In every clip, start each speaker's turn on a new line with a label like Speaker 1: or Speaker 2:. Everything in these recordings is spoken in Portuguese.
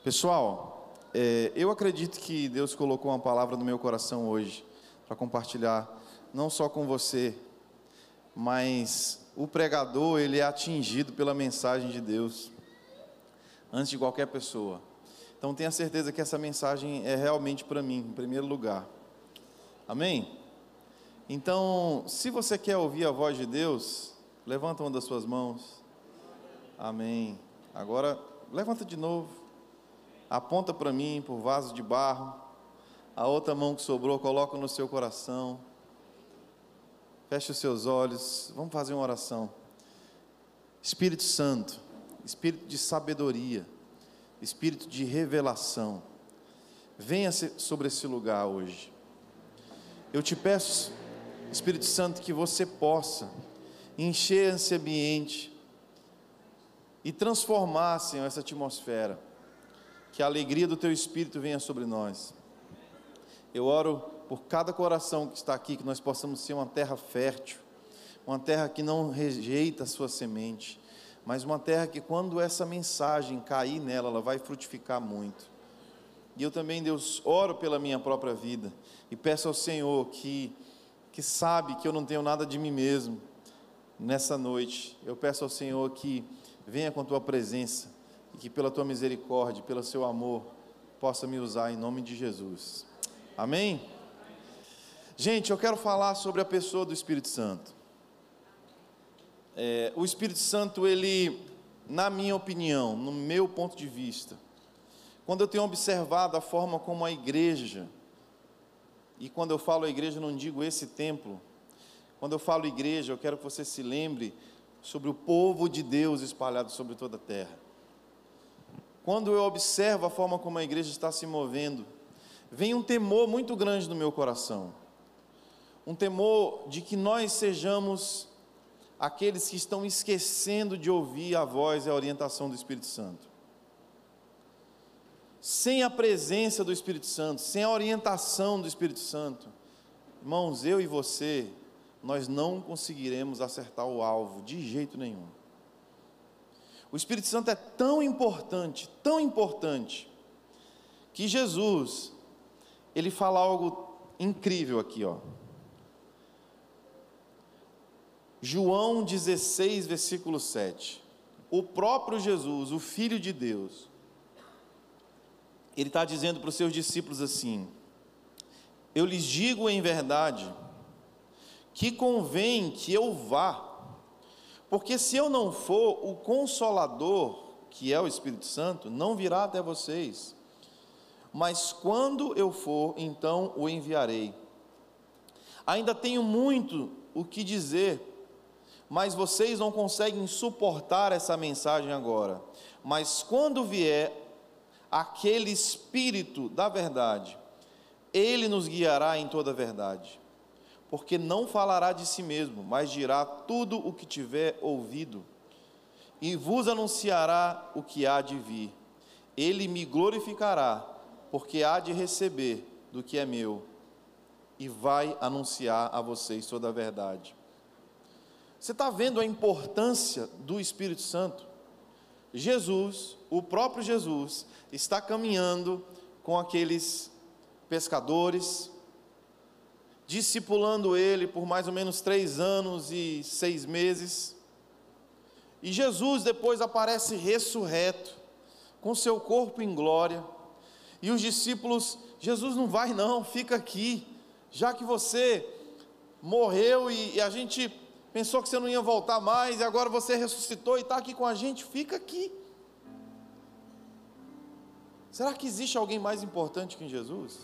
Speaker 1: Pessoal, eu acredito que Deus colocou uma palavra no meu coração hoje para compartilhar, não só com você, mas o pregador, ele é atingido pela mensagem de Deus antes de qualquer pessoa. Então tenha certeza que essa mensagem é realmente para mim, em primeiro lugar. Amém? Então, se você quer ouvir a voz de Deus, levanta uma das suas mãos. Amém. Agora, levanta de novo. Aponta para mim, por vaso de barro. A outra mão que sobrou, coloca no seu coração. Feche os seus olhos. Vamos fazer uma oração. Espírito Santo, Espírito de sabedoria, Espírito de revelação, venha sobre esse lugar hoje. Eu te peço, Espírito Santo, que você possa encher esse ambiente e transformar, Senhor, essa atmosfera. Que a alegria do Teu Espírito venha sobre nós. Eu oro por cada coração que está aqui, que nós possamos ser uma terra fértil, uma terra que não rejeita a sua semente, mas uma terra que quando essa mensagem cair nela, ela vai frutificar muito. E eu também, Deus, oro pela minha própria vida e peço ao Senhor que sabe que eu não tenho nada de mim mesmo nessa noite. Eu peço ao Senhor que venha com Tua presença e que pela Tua misericórdia, pelo Seu amor, possa me usar em nome de Jesus. Amém? Gente, eu quero falar sobre a pessoa do Espírito Santo. O Espírito Santo, ele, na minha opinião, no meu ponto de vista, quando eu tenho observado a forma como a igreja, e quando eu falo a igreja, eu não digo esse templo, quando eu falo igreja, eu quero que você se lembre sobre o povo de Deus espalhado sobre toda a terra. Quando eu observo a forma como a igreja está se movendo, vem um temor muito grande no meu coração, um temor de que nós sejamos aqueles que estão esquecendo de ouvir a voz e a orientação do Espírito Santo. Sem a presença do Espírito Santo, sem a orientação do Espírito Santo, irmãos, eu e você, nós não conseguiremos acertar o alvo de jeito nenhum. O Espírito Santo é tão importante, que Jesus, ele fala algo incrível aqui, ó. João 16, versículo 7. O próprio Jesus, o Filho de Deus, ele está dizendo para os seus discípulos assim: eu lhes digo em verdade, que convém que eu vá, porque se eu não for, o Consolador, que é o Espírito Santo, não virá até vocês, mas quando eu for, então o enviarei. Ainda tenho muito o que dizer, mas vocês não conseguem suportar essa mensagem agora. Mas quando vier aquele Espírito da verdade, ele nos guiará em toda a verdade, porque não falará de si mesmo, mas dirá tudo o que tiver ouvido, e vos anunciará o que há de vir. Ele me glorificará, porque há de receber do que é meu, e vai anunciar a vocês toda a verdade. Você está vendo a importância do Espírito Santo? Jesus, o próprio Jesus, está caminhando com aqueles pescadores, discipulando ele por mais ou menos 3 anos e 6 meses, e Jesus depois aparece ressurreto, com seu corpo em glória, e os discípulos: Jesus, não vai não, fica aqui, já que você morreu e a gente pensou que você não ia voltar mais, e agora você ressuscitou e está aqui com a gente, fica aqui. Será que existe alguém mais importante que Jesus?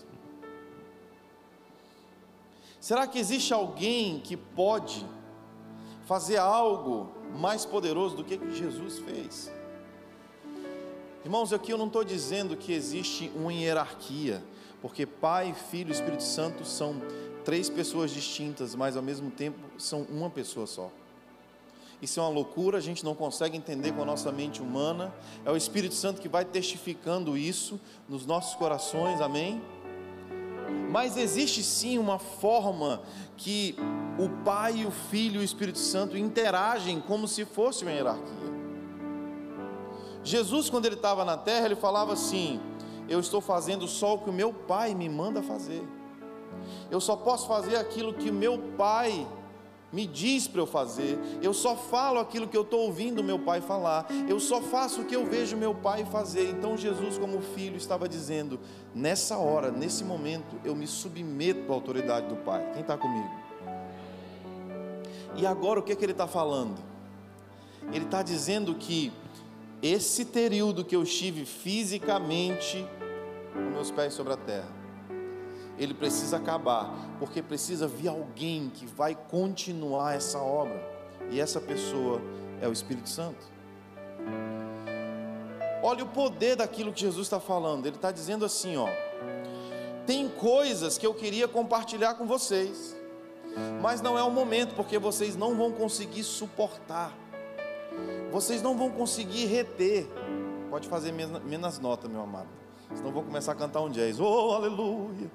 Speaker 1: Será que existe alguém que pode fazer algo mais poderoso do que Jesus fez? Irmãos, aqui eu não estou dizendo que existe uma hierarquia, porque Pai, Filho e Espírito Santo são 3 pessoas distintas, mas ao mesmo tempo são uma pessoa só. Isso é uma loucura, a gente não consegue entender com a nossa mente humana. É o Espírito Santo que vai testificando isso nos nossos corações, amém? Mas existe sim uma forma que o Pai, o Filho e o Espírito Santo interagem como se fosse uma hierarquia. Jesus, quando ele estava na terra, ele falava assim: eu estou fazendo só o que o meu Pai me manda fazer. Eu só posso fazer aquilo que o meu Pai me diz para eu fazer. Eu só falo aquilo que eu estou ouvindo o meu Pai falar. Eu só faço o que eu vejo meu Pai fazer. Então Jesus, como filho, estava dizendo: nessa hora, nesse momento, eu me submeto à autoridade do Pai. Quem está comigo? E agora o que ele está falando? Ele está dizendo que esse período que eu estive fisicamente com meus pés sobre a terra, ele precisa acabar, porque precisa vir alguém que vai continuar essa obra, e essa pessoa é o Espírito Santo. Olha o poder daquilo que Jesus está falando. Ele está dizendo assim, ó: tem coisas que eu queria compartilhar com vocês, mas não é o momento, porque vocês não vão conseguir suportar, vocês não vão conseguir reter. Pode fazer menos nota, meu amado, senão vou começar a cantar um jazz. Oh, aleluia.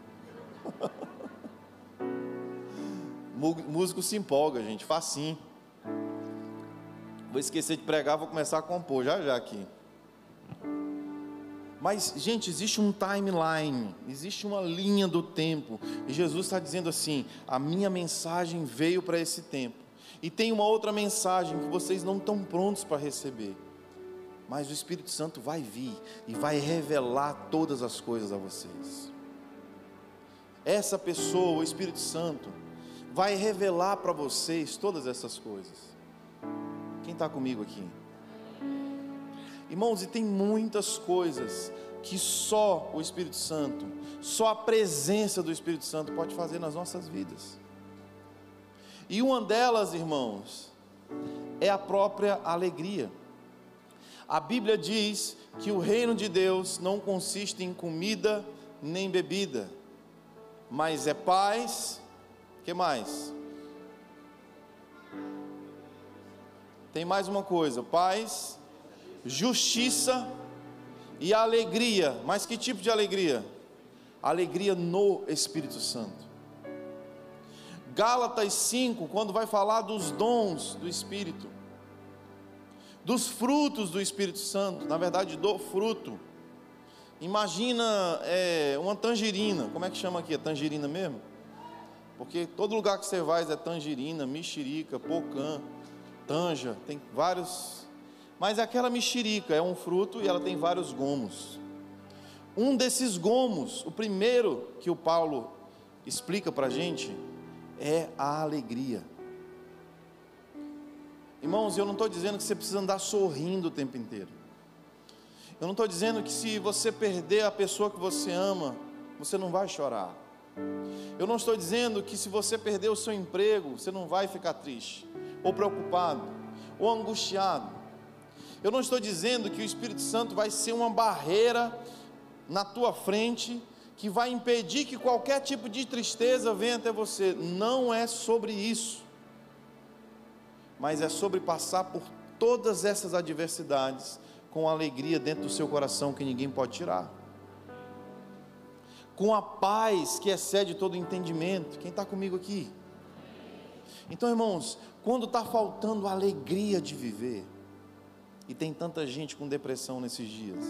Speaker 1: Músico se empolga, gente, facinho. Vou esquecer de pregar, vou começar a compor já aqui. Mas, gente, existe um timeline, existe uma linha do tempo, e Jesus está dizendo assim: a minha mensagem veio para esse tempo, e tem uma outra mensagem que vocês não estão prontos para receber, mas o Espírito Santo vai vir e vai revelar todas as coisas a vocês. Essa pessoa, o Espírito Santo, vai revelar para vocês todas essas coisas. Quem está comigo aqui? Irmãos, e tem muitas coisas que só o Espírito Santo, só a presença do Espírito Santo pode fazer nas nossas vidas. E uma delas, irmãos, é a própria alegria. A Bíblia diz que o reino de Deus não consiste em comida nem bebida, mas é paz. O que mais? Tem mais uma coisa: paz, justiça e alegria. Mas que tipo de alegria? Alegria no Espírito Santo. Gálatas 5, quando vai falar dos dons do Espírito, dos frutos do Espírito Santo, na verdade do fruto. Imagina uma tangerina. Como é que chama aqui? É tangerina mesmo? Porque todo lugar que você vai é tangerina, mexerica, pocã, tanja, tem vários. Mas aquela mexerica é um fruto e ela tem vários gomos. Um desses gomos, o primeiro que o Paulo explica para a gente, é a alegria. Irmãos, eu não estou dizendo que você precisa andar sorrindo o tempo inteiro. Eu não estou dizendo que se você perder a pessoa que você ama, você não vai chorar. Eu não estou dizendo que se você perder o seu emprego, você não vai ficar triste, ou preocupado, ou angustiado. Eu não estou dizendo que o Espírito Santo vai ser uma barreira na tua frente, que vai impedir que qualquer tipo de tristeza venha até você. Não é sobre isso, mas é sobre passar por todas essas adversidades com alegria dentro do seu coração que ninguém pode tirar, com a paz que excede todo entendimento. Quem está comigo aqui? Então, irmãos, quando está faltando a alegria de viver, e tem tanta gente com depressão nesses dias,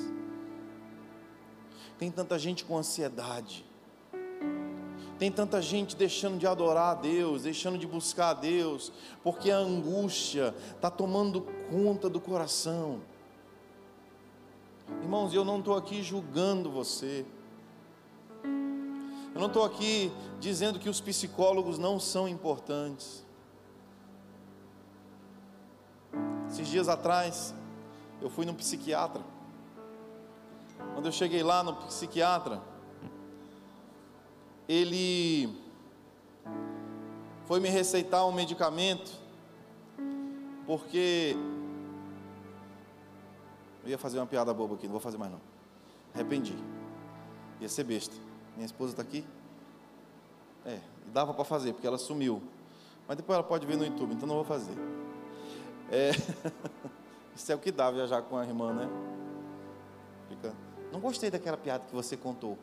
Speaker 1: tem tanta gente com ansiedade, tem tanta gente deixando de adorar a Deus, deixando de buscar a Deus, porque a angústia está tomando conta do coração. Irmãos, eu não estou aqui julgando você, eu não estou aqui dizendo que os psicólogos não são importantes. Esses dias atrás, eu fui num psiquiatra. Quando eu cheguei lá no psiquiatra, ele foi me receitar um medicamento, porque eu ia fazer uma piada boba aqui, não vou fazer mais não. Arrependi. Ia ser besta. Minha esposa está aqui. Dava para fazer, porque ela sumiu. Mas depois ela pode ver no YouTube, então não vou fazer. Isso é o que dá viajar com a irmã, né? Não gostei daquela piada que você contou.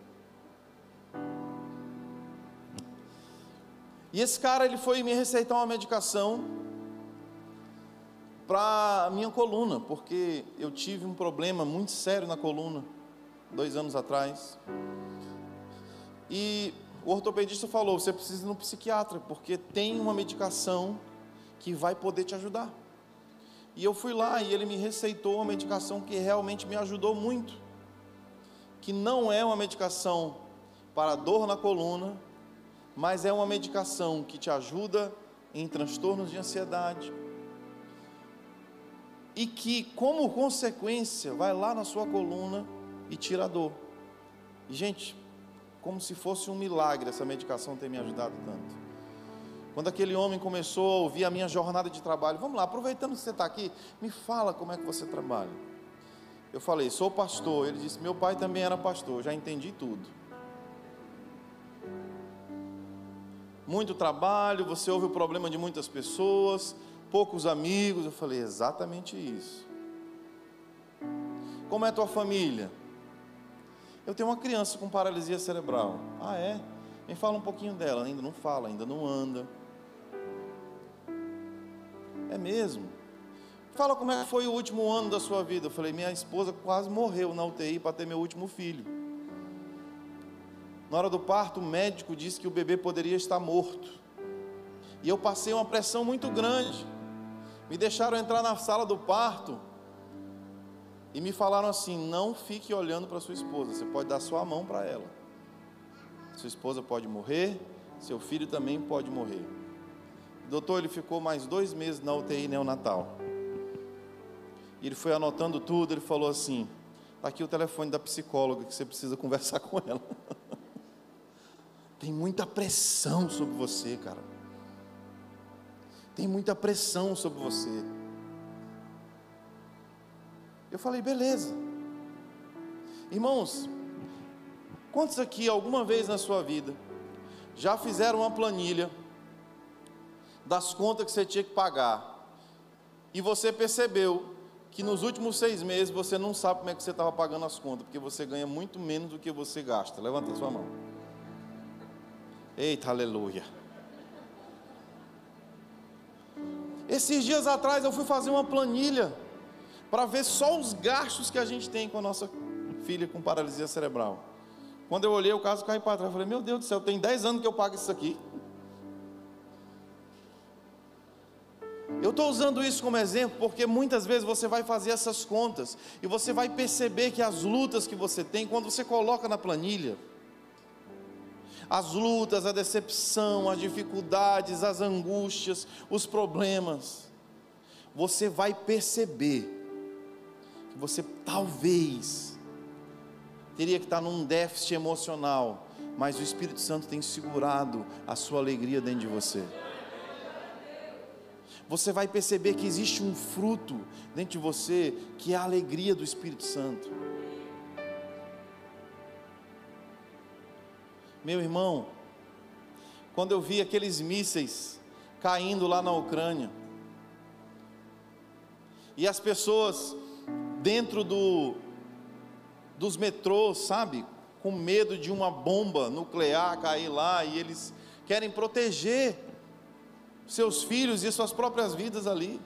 Speaker 1: E esse cara, ele foi me receitar uma medicação para a minha coluna, porque eu tive um problema muito sério na coluna 2 anos atrás. E o ortopedista falou: você precisa ir no psiquiatra, porque tem uma medicação que vai poder te ajudar. E eu fui lá e ele me receitou uma medicação que realmente me ajudou muito, que não é uma medicação para dor na coluna, mas é uma medicação que te ajuda em transtornos de ansiedade, e que, como consequência, vai lá na sua coluna e tira a dor. E, gente, como se fosse um milagre essa medicação ter me ajudado tanto. Quando aquele homem começou a ouvir a minha jornada de trabalho: vamos lá, aproveitando que você está aqui, me fala como é que você trabalha. Eu falei: sou pastor. Ele disse: meu pai também era pastor. Já entendi tudo. Muito trabalho, você ouve o problema de muitas pessoas, poucos amigos. Eu falei: exatamente isso. Como é a tua família? Eu tenho uma criança com paralisia cerebral. Ah, é? Me fala um pouquinho dela. Ainda não fala, ainda não anda. É mesmo? Fala como é que foi o último ano da sua vida. Eu falei: minha esposa quase morreu na UTI para ter meu último filho. Na hora do parto, o médico disse que o bebê poderia estar morto. E eu passei uma pressão muito grande. Me deixaram entrar na sala do parto e me falaram assim: não fique olhando para sua esposa, você pode dar sua mão para ela. Sua esposa pode morrer, seu filho também pode morrer. Doutor, ele ficou mais 2 meses na UTI neonatal. E ele foi anotando tudo. Ele falou assim: está aqui o telefone da psicóloga, que você precisa conversar com ela. Tem muita pressão sobre você, cara. Tem muita pressão sobre você. Eu falei: beleza. Irmãos, quantos aqui alguma vez na sua vida já fizeram uma planilha das contas que você tinha que pagar, e você percebeu que nos últimos 6 meses você não sabe como é que você estava pagando as contas, porque você ganha muito menos do que você gasta? Levanta a sua mão. Eita, aleluia. Esses dias atrás eu fui fazer uma planilha para ver só os gastos que a gente tem com a nossa filha com paralisia cerebral. Quando eu olhei, o caso caiu para trás. Eu falei: meu Deus do céu, tem 10 anos que eu pago isso aqui. Eu estou usando isso como exemplo porque muitas vezes você vai fazer essas contas e você vai perceber que as lutas que você tem, quando você coloca na planilha, as lutas, a decepção, as dificuldades, as angústias, os problemas, você vai perceber que você talvez teria que estar num déficit emocional, mas o Espírito Santo tem segurado a sua alegria dentro de você. Você vai perceber que existe um fruto dentro de você, que é a alegria do Espírito Santo. Meu irmão, quando eu vi aqueles mísseis caindo lá na Ucrânia, e as pessoas dentro dos metrôs, sabe, com medo de uma bomba nuclear cair lá, e eles querem proteger seus filhos e suas próprias vidas ali.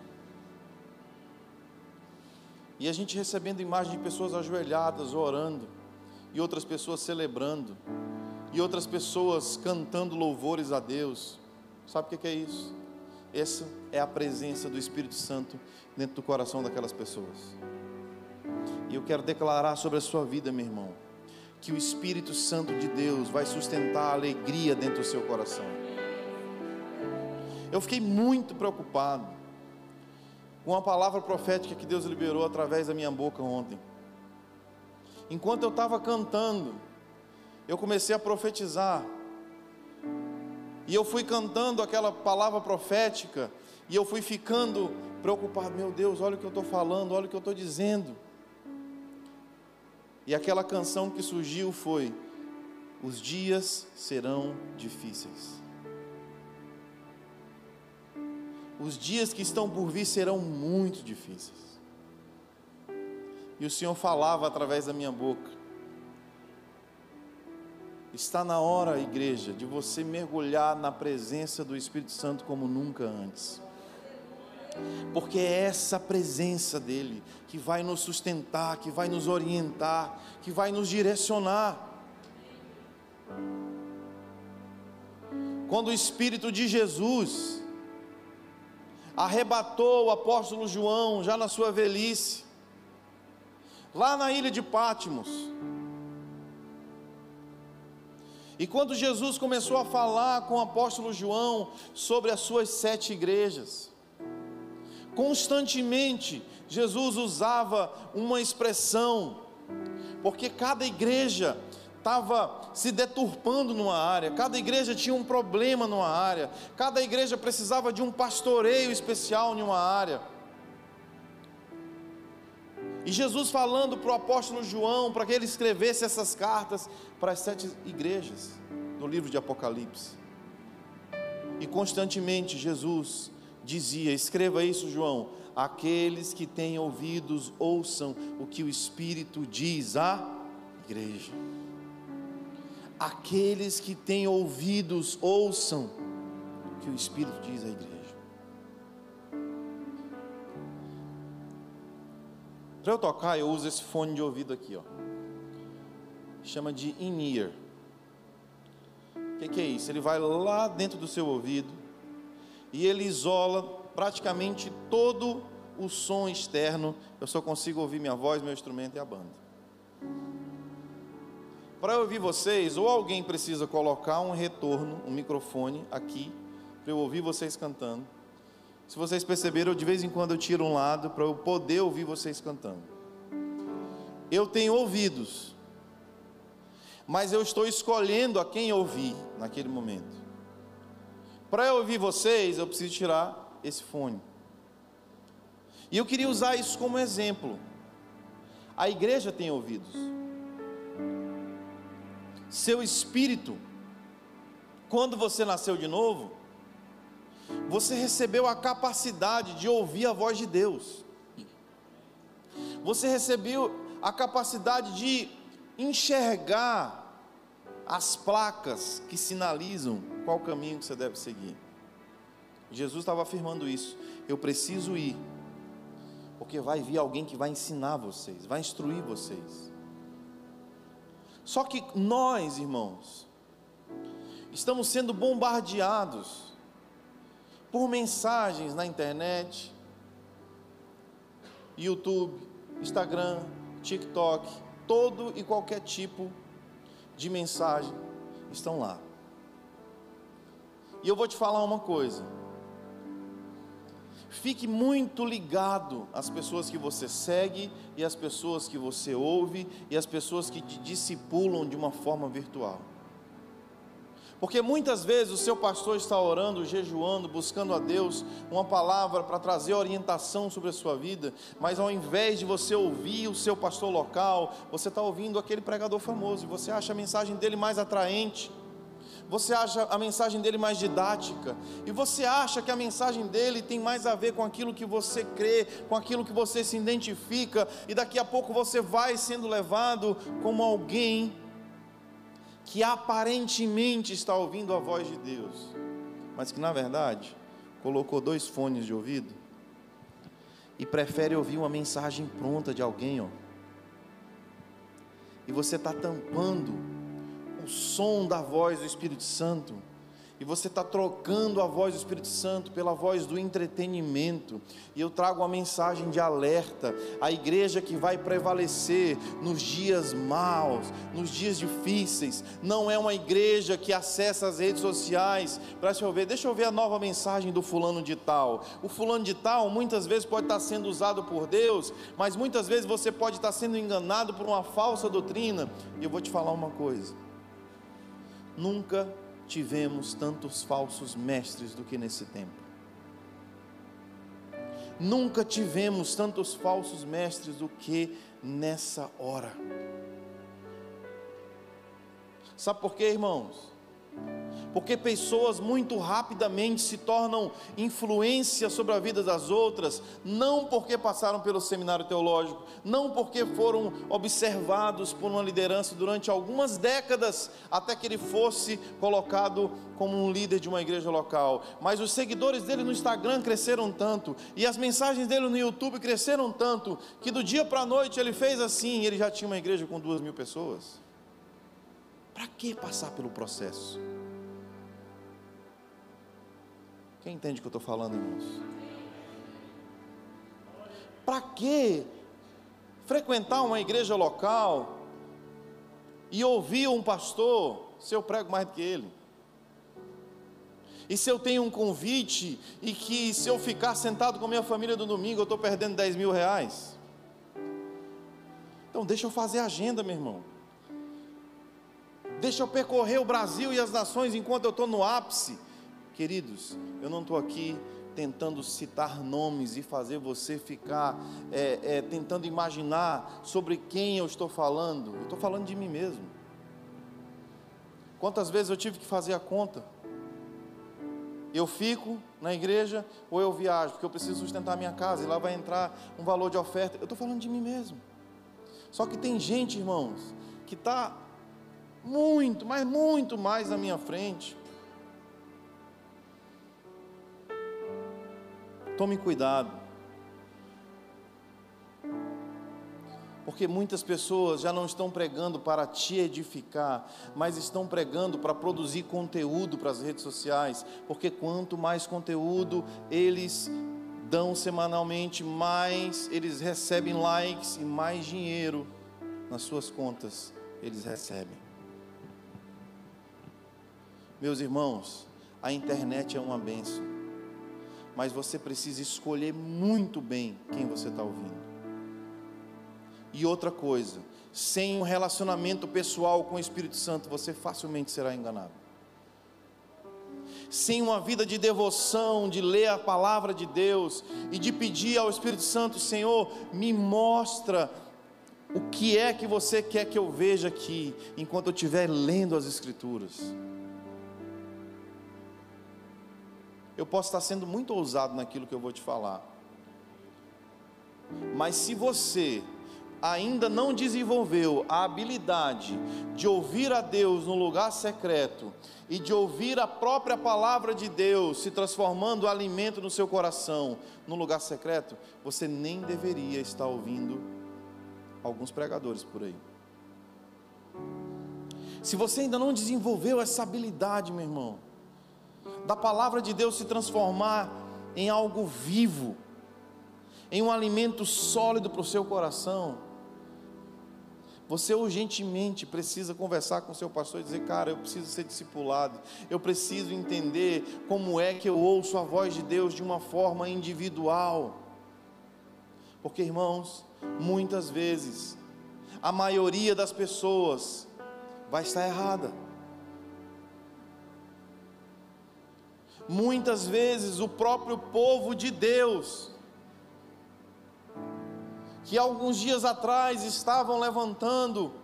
Speaker 1: E a gente recebendo imagem de pessoas ajoelhadas, orando, e outras pessoas celebrando, e outras pessoas cantando louvores a Deus. Sabe o que é isso? Essa é a presença do Espírito Santo dentro do coração daquelas pessoas. E eu quero declarar sobre a sua vida, meu irmão, que o Espírito Santo de Deus vai sustentar a alegria dentro do seu coração. Eu fiquei muito preocupado com a palavra profética que Deus liberou através da minha boca ontem. Enquanto eu estava cantando, eu comecei a profetizar, e eu fui cantando aquela palavra profética, e eu fui ficando preocupado: meu Deus, olha o que eu estou falando, olha o que eu estou dizendo. E aquela canção que surgiu foi: os dias serão difíceis. Os dias que estão por vir serão muito difíceis. E o Senhor falava através da minha boca: está na hora, igreja, de você mergulhar na presença do Espírito Santo como nunca antes. porque é essa presença dEle que vai nos sustentar, que vai nos orientar, que vai nos direcionar. Quando o Espírito de Jesus arrebatou o apóstolo João, já na sua velhice, lá na ilha de Patmos, e quando Jesus começou a falar com o apóstolo João sobre as suas 7 igrejas, constantemente Jesus usava uma expressão, porque cada igreja estava se deturpando numa área, cada igreja tinha um problema numa área, cada igreja precisava de um pastoreio especial em uma área. E Jesus falando para o apóstolo João, para que ele escrevesse essas cartas para as 7 igrejas, no livro de Apocalipse. E constantemente Jesus dizia: escreva isso, João, aqueles que têm ouvidos, ouçam o que o Espírito diz à igreja. Aqueles que têm ouvidos, ouçam o que o Espírito diz à igreja. Para eu tocar, eu uso esse fone de ouvido aqui, ó. Chama de in-ear. O que é isso? Ele vai lá dentro do seu ouvido e ele isola praticamente todo o som externo. Eu só consigo ouvir minha voz, meu instrumento e a banda. Para eu ouvir vocês, ou alguém precisa colocar um retorno, um microfone aqui, para eu ouvir vocês cantando. Se vocês perceberam, de vez em quando eu tiro um lado, para eu poder ouvir vocês cantando. Eu tenho ouvidos, mas eu estou escolhendo a quem ouvir naquele momento. Para eu ouvir vocês, eu preciso tirar esse fone. E eu queria usar isso como exemplo. A igreja tem ouvidos. Seu espírito, quando você nasceu de novo, você recebeu a capacidade de ouvir a voz de Deus. Você recebeu a capacidade de enxergar as placas que sinalizam qual caminho que você deve seguir. Jesus estava afirmando isso. Eu preciso ir, porque vai vir alguém que vai ensinar vocês, vai instruir vocês. Só que nós, irmãos, estamos sendo bombardeados por mensagens na internet, YouTube, Instagram, TikTok, todo e qualquer tipo de mensagem estão lá. E eu vou te falar uma coisa: fique muito ligado às pessoas que você segue, e às pessoas que você ouve, e às pessoas que te discipulam de uma forma virtual. Porque muitas vezes o seu pastor está orando, jejuando, buscando a Deus uma palavra para trazer orientação sobre a sua vida, mas ao invés de você ouvir o seu pastor local, você está ouvindo aquele pregador famoso, e você acha a mensagem dele mais atraente, você acha a mensagem dele mais didática, e você acha que a mensagem dele tem mais a ver com aquilo que você crê, com aquilo que você se identifica, e daqui a pouco você vai sendo levado como alguém que aparentemente está ouvindo a voz de Deus, mas que na verdade colocou 2 fones de ouvido e prefere ouvir uma mensagem pronta de alguém, ó. E você está tampando o som da voz do Espírito Santo, e você está trocando a voz do Espírito Santo pela voz do entretenimento. E eu trago uma mensagem de alerta: a igreja que vai prevalecer nos dias maus, nos dias difíceis, não é uma igreja que acessa as redes sociais para deixa eu ver a nova mensagem do fulano de tal. O fulano de tal muitas vezes pode estar sendo usado por Deus, mas muitas vezes você pode estar sendo enganado por uma falsa doutrina. E eu vou te falar uma coisa: nunca tivemos tantos falsos mestres do que nesse tempo. Nunca tivemos tantos falsos mestres do que nessa hora. Sabe por quê, irmãos? porque pessoas muito rapidamente se tornam influência sobre a vida das outras, não porque passaram pelo seminário teológico, não porque foram observados por uma liderança durante algumas décadas, até que ele fosse colocado como um líder de uma igreja local, mas os seguidores dele no Instagram cresceram tanto, e as mensagens dele no YouTube cresceram tanto, que do dia para a noite ele fez assim, ele já tinha uma igreja com 2.000 pessoas. Para que passar pelo processo? Quem entende o que eu estou falando, irmãos? Para que frequentar uma igreja local e ouvir um pastor se eu prego mais do que ele? E se eu tenho um convite e que se eu ficar sentado com a minha família no domingo eu estou perdendo 10 mil reais? Então deixa eu fazer agenda, meu irmão. Deixa eu percorrer o Brasil e as nações enquanto eu estou no ápice. Queridos, eu não estou aqui tentando citar nomes e fazer você ficar tentando imaginar sobre quem eu estou falando. Eu estou falando de mim mesmo. Quantas vezes eu tive que fazer a conta? Eu fico na igreja ou eu viajo, porque eu preciso sustentar a minha casa, e lá vai entrar um valor de oferta. Eu estou falando de mim mesmo. Só que tem gente, irmãos, que está muito, mas muito mais na minha frente. Tome cuidado, porque muitas pessoas já não estão pregando para te edificar, mas estão pregando para produzir conteúdo para as redes sociais, porque quanto mais conteúdo eles dão semanalmente, mais eles recebem likes e mais dinheiro nas suas contas eles recebem. Meus irmãos, a internet é uma bênção, mas você precisa escolher muito bem quem você está ouvindo. E outra coisa, sem um relacionamento pessoal com o Espírito Santo, você facilmente será enganado. Sem uma vida de devoção, de ler a palavra de Deus e de pedir ao Espírito Santo: Senhor, me mostra o que é que você quer que eu veja aqui, enquanto eu estiver lendo as Escrituras. Eu posso estar sendo muito ousado naquilo que eu vou te falar, mas se você ainda não desenvolveu a habilidade de ouvir a Deus no lugar secreto e de ouvir a própria palavra de Deus se transformando em alimento no seu coração no lugar secreto, você nem deveria estar ouvindo alguns pregadores por aí. Se você ainda não desenvolveu essa habilidade, meu irmão, da palavra de Deus se transformar em algo vivo, em um alimento sólido para o seu coração, você urgentemente precisa conversar com o seu pastor e dizer: cara, eu preciso ser discipulado, eu preciso entender como é que eu ouço a voz de Deus de uma forma individual. Porque, irmãos, muitas vezes a maioria das pessoas vai estar errada. Muitas vezes o próprio povo de Deus, que alguns dias atrás estavam levantando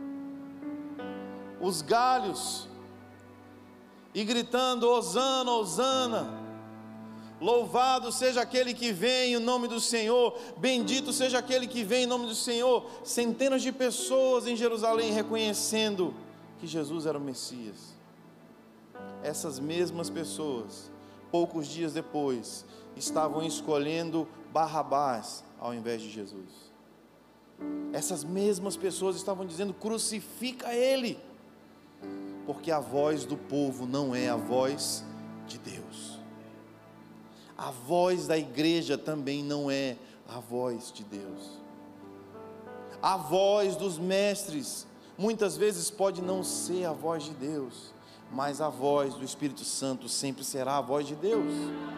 Speaker 1: os galhos e gritando: Hosana, Hosana, louvado seja aquele que vem em nome do Senhor, bendito seja aquele que vem em nome do Senhor. Centenas de pessoas em Jerusalém reconhecendo que Jesus era o Messias. Essas mesmas pessoas, poucos dias depois, estavam escolhendo Barrabás ao invés de Jesus. Essas mesmas pessoas estavam dizendo: crucifica ele, porque a voz do povo não é a voz de Deus. A voz da igreja também não é a voz de Deus. A voz dos mestres muitas vezes pode não ser a voz de Deus, mas a voz do Espírito Santo sempre será a voz de Deus.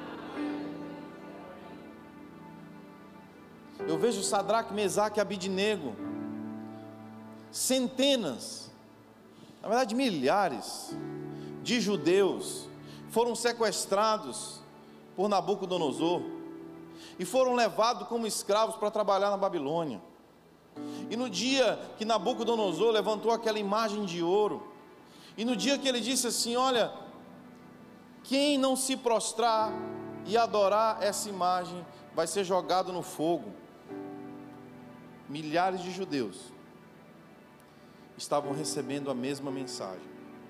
Speaker 1: Eu vejo Sadraque, Mesaque e Abidnego, centenas, na verdade milhares de judeus foram sequestrados por Nabucodonosor e foram levados como escravos para trabalhar na Babilônia. E no dia que Nabucodonosor levantou aquela imagem de ouro, e no dia que ele disse assim: olha, Quem não se prostrar e adorar essa imagem vai ser jogado no fogo. Milhares de judeus estavam recebendo a mesma mensagem.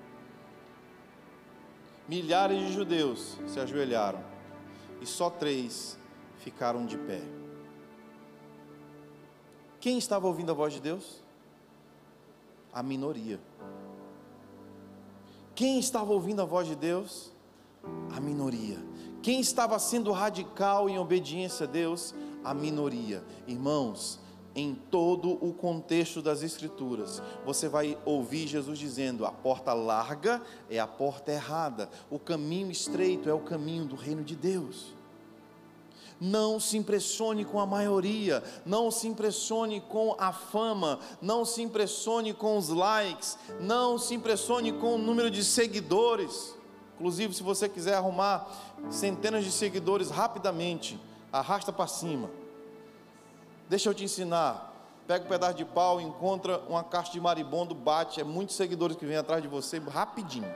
Speaker 1: Milhares de judeus se ajoelharam e só 3 ficaram de pé. Quem estava ouvindo a voz de Deus? A minoria. Quem estava ouvindo a voz de Deus? A minoria. Quem estava sendo radical em obediência a Deus? A minoria. Irmãos, em todo o contexto das Escrituras, você vai ouvir Jesus dizendo: a porta larga é a porta errada, o caminho estreito é o caminho do reino de Deus. Não se impressione com a maioria, não se impressione com a fama, não se impressione com os likes, não se impressione com o número de seguidores. Inclusive, se você quiser arrumar centenas de seguidores rapidamente, arrasta para cima. Deixa eu te ensinar. Pega um pedaço de pau, encontra uma caixa de marimbondo, bate, é muitos seguidores que vêm atrás de você, rapidinho.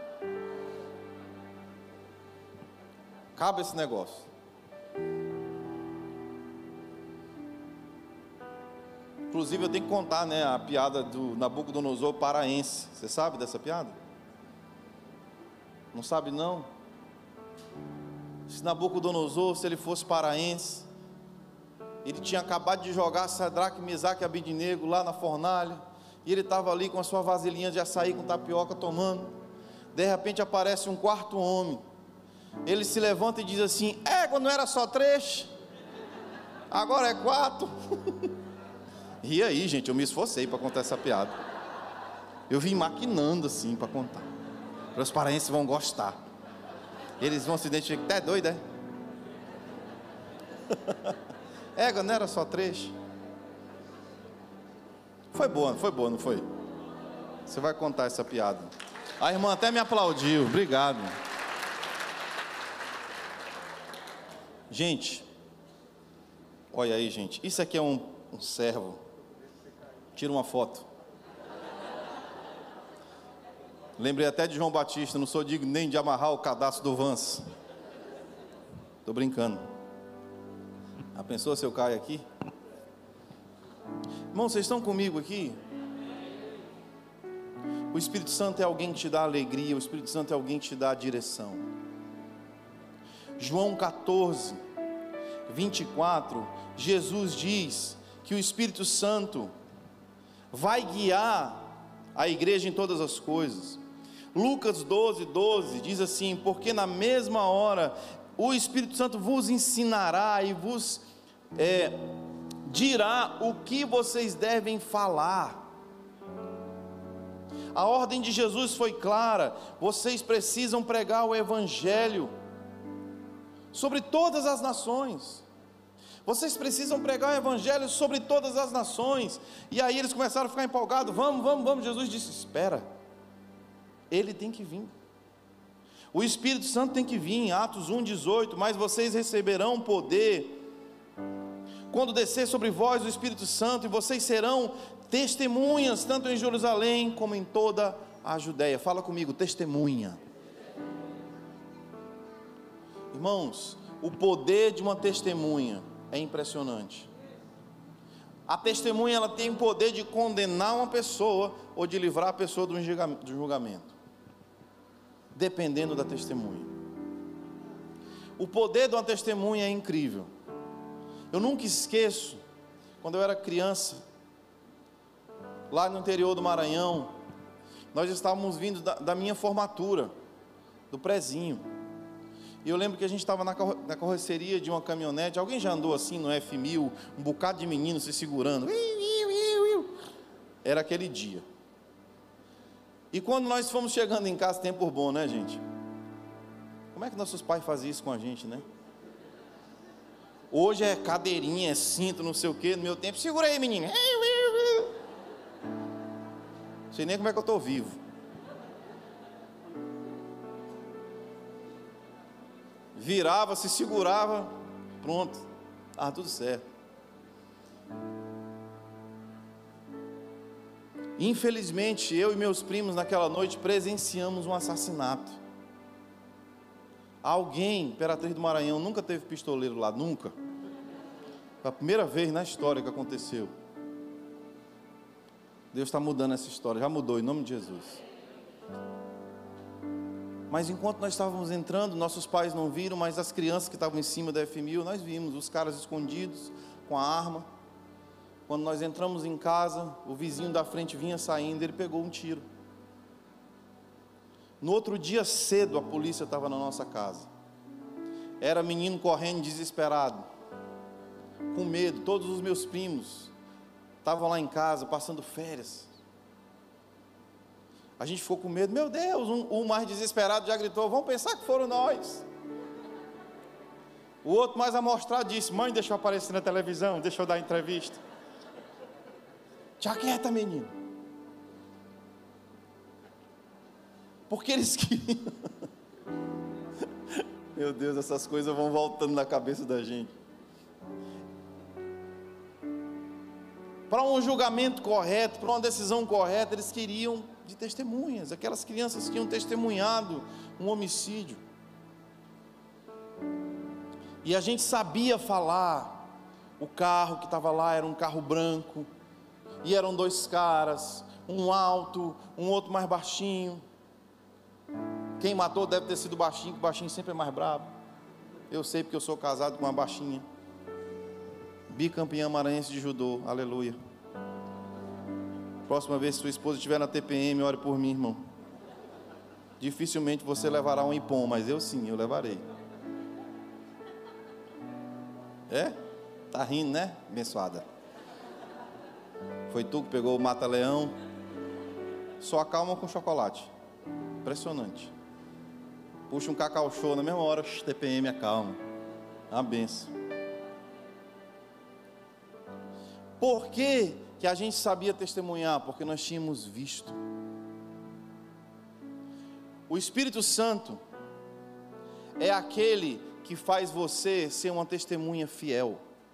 Speaker 1: Acaba esse negócio. Inclusive eu tenho que contar, né, a piada do Nabucodonosor paraense. Você sabe dessa piada? Não sabe não? Se Nabucodonosor, se ele fosse paraense, ele tinha acabado de jogar Sadraque, Mesaque e Abednego lá na fornalha, e ele estava ali com a sua vasilhinha de açaí com tapioca tomando. De repente aparece um quarto homem. Ele se levanta e diz assim: quando não era só 3, agora é 4. E aí, gente, eu me esforcei para contar essa piada. Eu vim maquinando assim para contar. Os paraenses vão gostar. Eles vão se identificar. Tá doido, é? Quando não era só 3. Foi boa, não foi? Você vai contar essa piada. A irmã até me aplaudiu, obrigado. Gente, olha aí, gente. Isso aqui é um servo. Tira uma foto. Lembrei até de João Batista. Não sou digno nem de amarrar o cadastro do Vans. Estou brincando. Já pensou se eu caio aqui? Irmão, vocês estão comigo aqui? O Espírito Santo é alguém que te dá alegria. O Espírito Santo é alguém que te dá direção. João 14, 24, Jesus diz que o Espírito Santo vai guiar a igreja em todas as coisas. Lucas 12, 12 diz assim: porque na mesma hora o Espírito Santo vos ensinará e vos dirá o que vocês devem falar. A ordem de Jesus foi clara: vocês precisam pregar o Evangelho sobre todas as nações. Vocês precisam pregar o Evangelho sobre todas as nações. E aí eles começaram a ficar empolgados. Vamos. Jesus disse: espera, ele tem que vir. O Espírito Santo tem que vir. Atos 1:18, mas vocês receberão poder quando descer sobre vós o Espírito Santo, e vocês serão testemunhas, tanto em Jerusalém como em toda a Judéia. Fala comigo: testemunha. Irmãos, o poder de uma testemunha é impressionante. A testemunha, ela tem o poder de condenar uma pessoa ou de livrar a pessoa do julgamento, dependendo da testemunha. O poder de uma testemunha é incrível. Eu nunca esqueço, quando eu era criança, lá no interior do Maranhão, nós estávamos vindo da minha formatura, do prezinho. E eu lembro que a gente estava na carroceria de uma caminhonete. Alguém já andou assim no F1000, um bocado de meninos se segurando? Era aquele dia. E quando nós fomos chegando em casa, tempo bom, né, gente? Como é que nossos pais faziam isso com a gente, né? Hoje é cadeirinha, é cinto, não sei o que. No meu tempo, segura aí, menino. Não sei nem como é que eu estou vivo. Virava, se segurava, pronto, estava tudo certo. Infelizmente, eu e meus primos naquela noite presenciamos um assassinato. Alguém, Imperatriz do Maranhão, nunca teve pistoleiro lá, nunca. Foi a primeira vez na história que aconteceu. Deus está mudando essa história, já mudou, em nome de Jesus. Mas enquanto nós estávamos entrando, nossos pais não viram, mas as crianças que estavam em cima da F1000, nós vimos, os caras escondidos, com a arma. Quando nós entramos em casa, o vizinho da frente vinha saindo, ele pegou um tiro. No outro dia cedo, a polícia estava na nossa casa. Era menino correndo desesperado, com medo. Todos os meus primos estavam lá em casa, passando férias. A gente ficou com medo. Meu Deus, um mais desesperado já gritou: vamos pensar que foram nós. O outro mais amostrado disse: mãe, deixa eu aparecer na televisão, deixa eu dar entrevista. Já quieta, menino. Porque eles queriam. Meu Deus, essas coisas vão voltando na cabeça da gente. Para um julgamento correto, para uma decisão correta, eles queriam de testemunhas. Aquelas crianças que tinham testemunhado um homicídio. E a gente sabia falar. O carro que estava lá era um carro branco. E eram dois caras, um alto, um outro mais baixinho. Quem matou deve ter sido baixinho, que o baixinho sempre é mais bravo. Eu sei porque eu sou casado com uma baixinha. Bicampeã maranhense de judô, aleluia. Próxima vez que sua esposa estiver na TPM, ore por mim, irmão. Dificilmente você levará um ipom, mas eu sim, eu levarei. É? Tá rindo, né, abençoada? Foi tu que pegou o mata-leão. Só acalma com chocolate. Impressionante. Puxa um cacau show na mesma hora, TPM acalma. Uma benção. Por que que a gente sabia testemunhar? Porque nós tínhamos visto. O Espírito Santo é aquele que faz você ser uma testemunha fiel.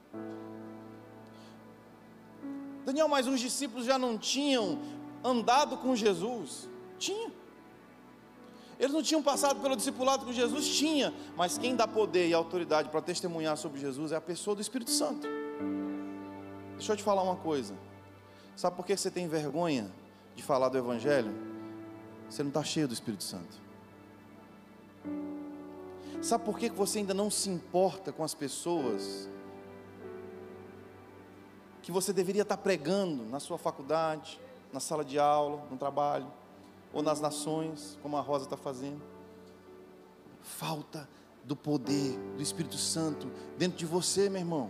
Speaker 1: Daniel, mas os discípulos já não tinham andado com Jesus? Tinha. Eles não tinham passado pelo discipulado com Jesus? Tinha. Mas quem dá poder e autoridade para testemunhar sobre Jesus é a pessoa do Espírito Santo. Deixa eu te falar uma coisa. Sabe por que você tem vergonha de falar do Evangelho? Você não está cheio do Espírito Santo. Sabe por que você ainda não se importa com as pessoas que você deveria estar pregando na sua faculdade, na sala de aula, no trabalho, ou nas nações, como a Rosa está fazendo? Falta do poder do Espírito Santo dentro de você, meu irmão.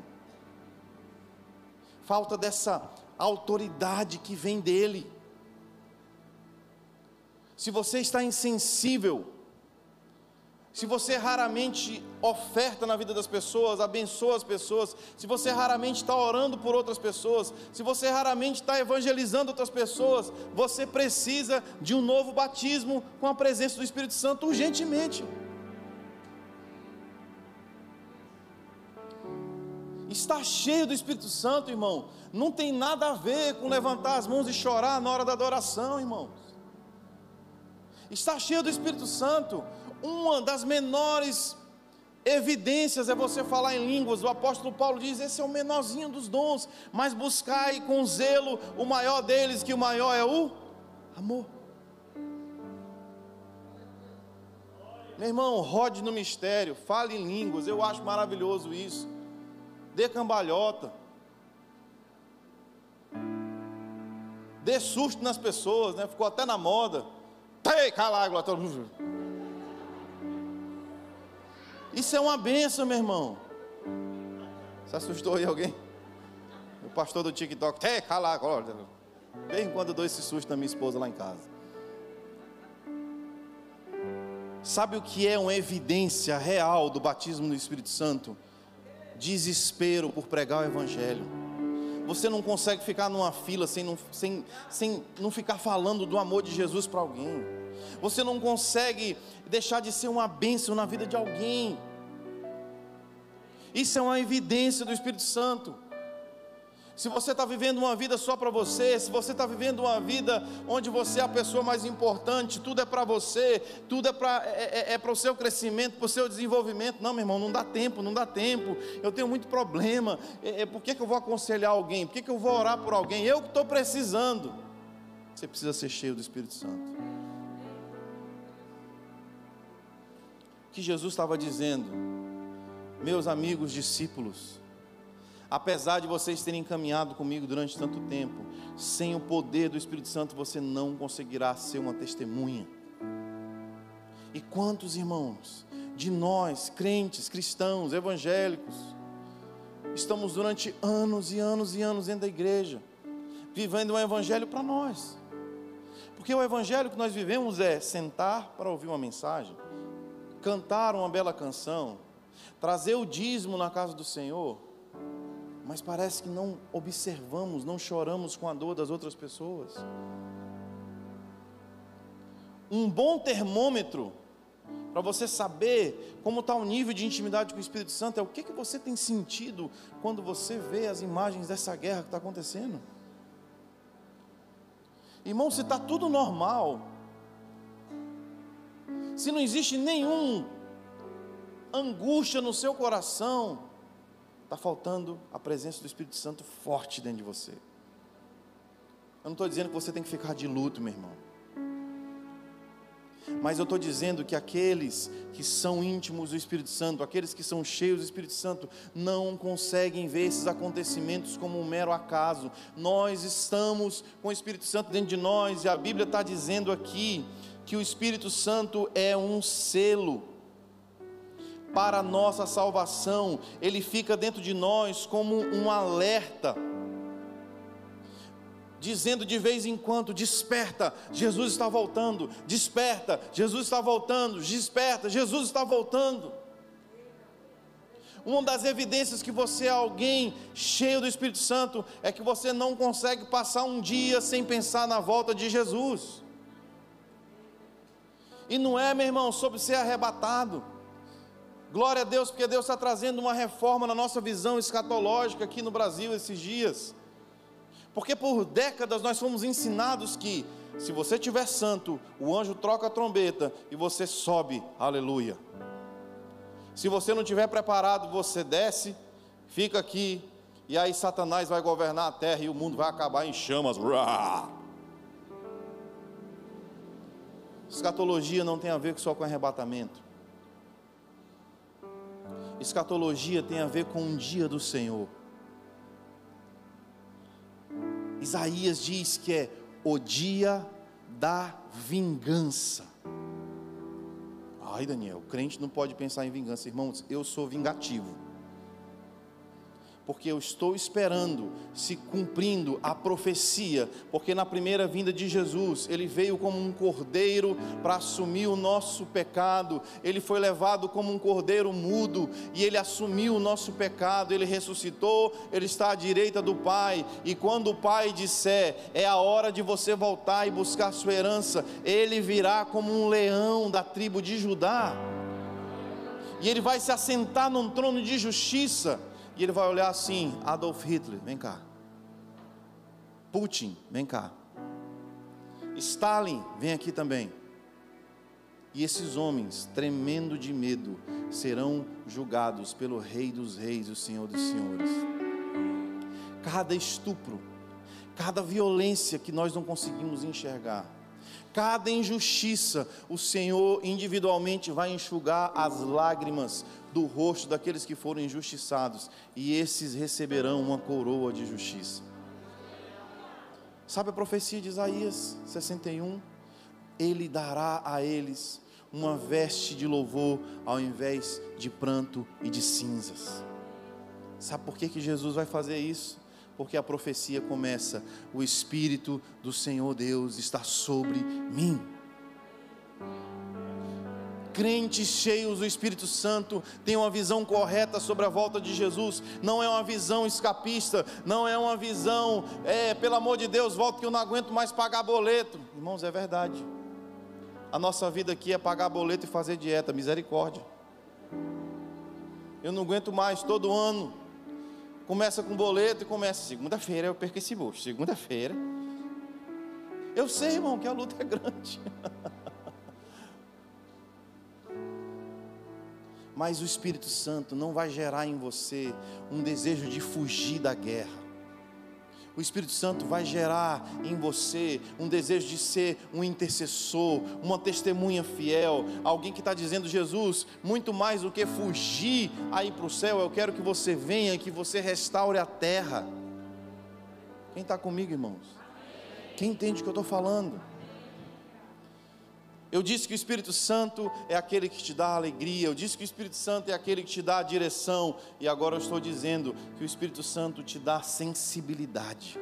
Speaker 1: Falta dessa autoridade que vem dele. Se você está insensível, se você raramente oferta na vida das pessoas, abençoa as pessoas, se você raramente está orando por outras pessoas, se você raramente está evangelizando outras pessoas, você precisa de um novo batismo com a presença do Espírito Santo urgentemente. Estar cheio do Espírito Santo, irmão, não tem nada a ver com levantar as mãos e chorar na hora da adoração, irmãos. Estar cheio do Espírito Santo, uma das menores evidências é você falar em línguas. O apóstolo Paulo diz: esse é o menorzinho dos dons, mas buscai com zelo o maior deles, que o maior é o amor. Meu irmão, rode no mistério, fale em línguas, eu acho maravilhoso isso. Dê cambalhota, dê susto nas pessoas, né? Ficou até na moda. Ei, cala, glória. Isso é uma bênção, meu irmão. Se assustou aí alguém? O pastor do TikTok, cala, glória. De vez em quando eu dou esse susto na minha esposa lá em casa. Sabe o que é uma evidência real do batismo no Espírito Santo? Desespero por pregar o Evangelho. Você não consegue ficar numa fila sem não ficar falando do amor de Jesus para alguém. Você não consegue deixar de ser uma bênção na vida de alguém. Isso é uma evidência do Espírito Santo. Se você está vivendo uma vida só para você, se você está vivendo uma vida onde você é a pessoa mais importante, tudo é para você, tudo é para o seu crescimento, para o seu desenvolvimento. Não, meu irmão, não dá tempo, eu tenho muito problema, por que eu vou aconselhar alguém, por que eu vou orar por alguém, eu que estou precisando. Você precisa ser cheio do Espírito Santo. O que Jesus estava dizendo, meus amigos discípulos, apesar de vocês terem caminhado comigo durante tanto tempo, sem o poder do Espírito Santo você não conseguirá ser uma testemunha. E quantos irmãos de nós, crentes, cristãos, evangélicos, estamos durante anos e anos e anos dentro da igreja, vivendo um evangelho para nós, porque o evangelho que nós vivemos é sentar para ouvir uma mensagem, cantar uma bela canção, trazer o dízimo na casa do Senhor, mas parece que não observamos, não choramos com a dor das outras pessoas. Um bom termômetro para você saber como está o nível de intimidade com o Espírito Santo é o que você tem sentido quando você vê as imagens dessa guerra que está acontecendo. Irmão, se está tudo normal, se não existe nenhuma angústia no seu coração, está faltando a presença do Espírito Santo forte dentro de você. Eu não estou dizendo que você tem que ficar de luto, meu irmão, mas eu estou dizendo que aqueles que são íntimos do Espírito Santo, aqueles que são cheios do Espírito Santo, não conseguem ver esses acontecimentos como um mero acaso. Nós estamos com o Espírito Santo dentro de nós, e a Bíblia está dizendo aqui que o Espírito Santo é um selo para a nossa salvação. Ele fica dentro de nós como um alerta, dizendo de vez em quando: desperta, Jesus está voltando, desperta, Jesus está voltando, desperta, Jesus está voltando. Uma das evidências que você é alguém cheio do Espírito Santo é que você não consegue passar um dia sem pensar na volta de Jesus. E não é, meu irmão, sobre ser arrebatado. Glória a Deus, porque Deus está trazendo uma reforma na nossa visão escatológica aqui no Brasil esses dias. Porque por décadas nós fomos ensinados que, se você estiver santo, o anjo troca a trombeta e você sobe, aleluia. Se você não estiver preparado, você desce, fica aqui, e aí Satanás vai governar a terra e o mundo vai acabar em chamas. Escatologia não tem a ver só com arrebatamento. Escatologia tem a ver com um dia do Senhor. Isaías diz que é o dia da vingança. Ai, Daniel, o crente não pode pensar em vingança. Irmãos, eu sou vingativo, porque eu estou esperando se cumprindo a profecia, porque na primeira vinda de Jesus, Ele veio como um cordeiro para assumir o nosso pecado, Ele foi levado como um cordeiro mudo, e Ele assumiu o nosso pecado, Ele ressuscitou, Ele está à direita do Pai, e quando o Pai disser, é a hora de você voltar e buscar sua herança, Ele virá como um leão da tribo de Judá, e Ele vai se assentar num trono de justiça, e Ele vai olhar assim: Adolf Hitler, vem cá. Putin, vem cá. Stalin, vem aqui também. E esses homens, tremendo de medo, serão julgados pelo Rei dos Reis, o Senhor dos Senhores. Cada estupro, cada violência que nós não conseguimos enxergar, cada injustiça, o Senhor individualmente vai enxugar as lágrimas do rosto daqueles que foram injustiçados, e esses receberão uma coroa de justiça. Sabe a profecia de Isaías 61? Ele dará a eles uma veste de louvor ao invés de pranto e de cinzas. Sabe por que Jesus vai fazer isso? Porque a profecia começa: o Espírito do Senhor Deus está sobre mim. Crentes cheios do Espírito Santo têm uma visão correta sobre a volta de Jesus. Não é uma visão escapista, não é uma visão, pelo amor de Deus, volta que eu não aguento mais pagar boleto. Irmãos, é verdade. A nossa vida aqui é pagar boleto e fazer dieta, misericórdia. Eu não aguento mais, todo ano Começa com boleto e começa, segunda-feira eu perco esse bucho, segunda-feira. Eu sei, irmão, que a luta é grande. Mas o Espírito Santo não vai gerar em você um desejo de fugir da guerra. O Espírito Santo vai gerar em você um desejo de ser um intercessor, uma testemunha fiel, alguém que está dizendo: Jesus, muito mais do que fugir aí para o céu, eu quero que você venha e que você restaure a terra. Quem está comigo, irmãos? Quem entende o que eu estou falando? Eu disse que o Espírito Santo é aquele que te dá alegria, eu disse que o Espírito Santo é aquele que te dá a direção, e agora eu estou dizendo que o Espírito Santo te dá sensibilidade.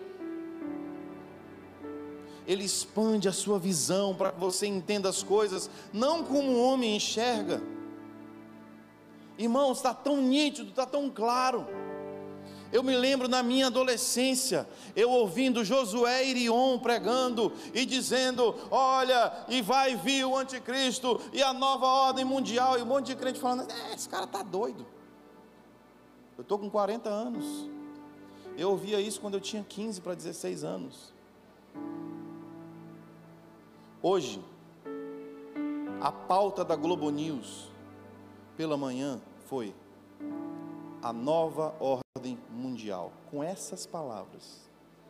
Speaker 1: Ele expande a sua visão para que você entenda as coisas, não como o homem enxerga. Irmãos, está tão nítido, está tão claro. Eu me lembro na minha adolescência, eu ouvindo Josué Irion pregando e dizendo: olha, e vai vir o anticristo e a nova ordem mundial, e um monte de crente falando: esse cara está doido. Eu estou com 40 anos, eu ouvia isso quando eu tinha 15 para 16 anos. Hoje, a pauta da Globo News pela manhã foi: a nova ordem mundial, com essas palavras.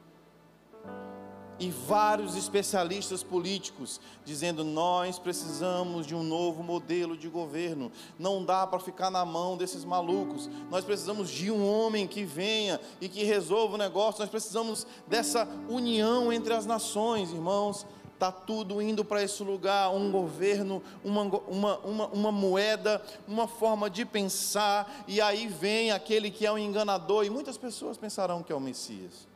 Speaker 1: E vários especialistas políticos dizendo: nós precisamos de um novo modelo de governo, não dá para ficar na mão desses malucos, nós precisamos de um homem que venha e que resolva o negócio, nós precisamos dessa união entre as nações. Irmãos, está tudo indo para esse lugar, um governo, uma moeda, uma forma de pensar, e aí vem aquele que é um enganador, e muitas pessoas pensarão que é o Messias.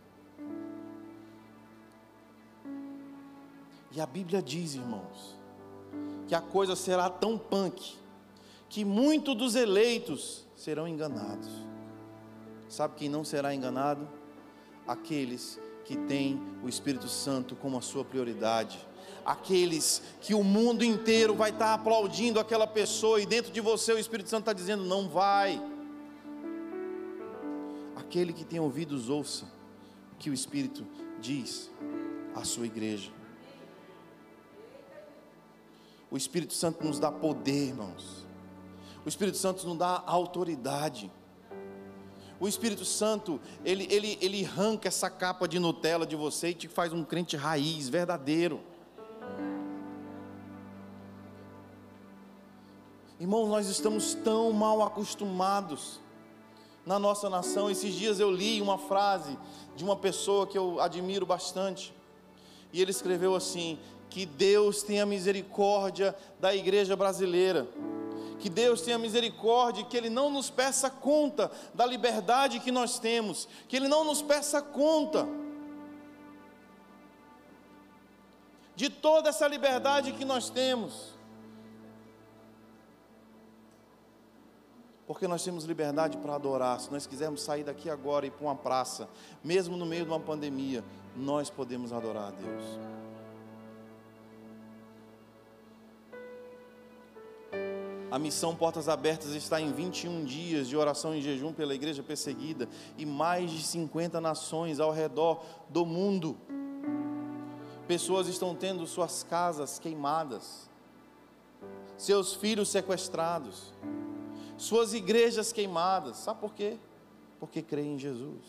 Speaker 1: E a Bíblia diz, irmãos, que a coisa será tão punk, que muitos dos eleitos serão enganados. Sabe quem não será enganado? Aqueles que tem o Espírito Santo como a sua prioridade, aqueles que o mundo inteiro vai estar aplaudindo aquela pessoa, e dentro de você o Espírito Santo está dizendo: não vai. Aquele que tem ouvidos, ouça o que o Espírito diz à sua igreja. O Espírito Santo nos dá poder, irmãos. O Espírito Santo nos dá autoridade. O Espírito Santo, ele arranca essa capa de Nutella de você e te faz um crente raiz, verdadeiro. Irmãos, nós estamos tão mal acostumados na nossa nação. Esses dias eu li uma frase de uma pessoa que eu admiro bastante, e ele escreveu assim: que Deus tenha misericórdia da igreja brasileira, que Deus tenha misericórdia, que Ele não nos peça conta da liberdade que nós temos, que Ele não nos peça conta de toda essa liberdade que nós temos, porque nós temos liberdade para adorar. Se nós quisermos sair daqui agora e ir para uma praça, mesmo no meio de uma pandemia, nós podemos adorar a Deus. A missão Portas Abertas está em 21 dias de oração e jejum pela igreja perseguida, e mais de 50 nações ao redor do mundo. Pessoas estão tendo suas casas queimadas, seus filhos sequestrados, suas igrejas queimadas. Sabe por quê? Porque creem em Jesus.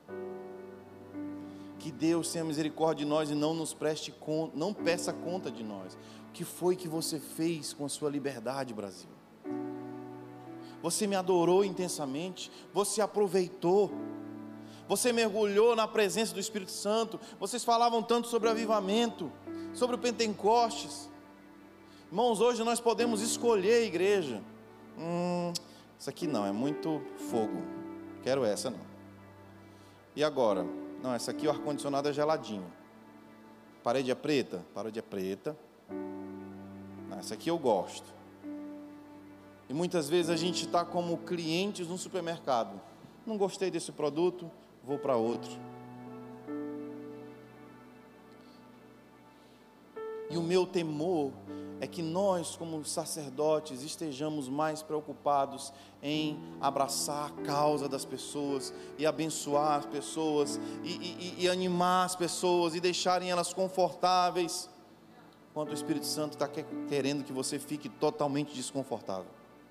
Speaker 1: Que Deus tenha misericórdia de nós e não nos preste conta, não peça conta de nós. O que foi que você fez com a sua liberdade, Brasil? Você me adorou intensamente, você aproveitou, você mergulhou na presença do Espírito Santo. Vocês falavam tanto sobre avivamento, sobre o Pentecostes. Irmãos, hoje nós podemos escolher a igreja. Isso aqui não, é muito fogo, quero essa não. E agora? Não, essa aqui o ar-condicionado é geladinho. Parede é preta? Parede é preta. Não, essa aqui eu gosto. E muitas vezes a gente está como clientes no supermercado. Não gostei desse produto, vou para outro. E o meu temor é que nós, como sacerdotes, estejamos mais preocupados em abraçar a causa das pessoas, e abençoar as pessoas, e animar as pessoas, e deixarem elas confortáveis, enquanto o Espírito Santo está querendo que você fique totalmente desconfortável.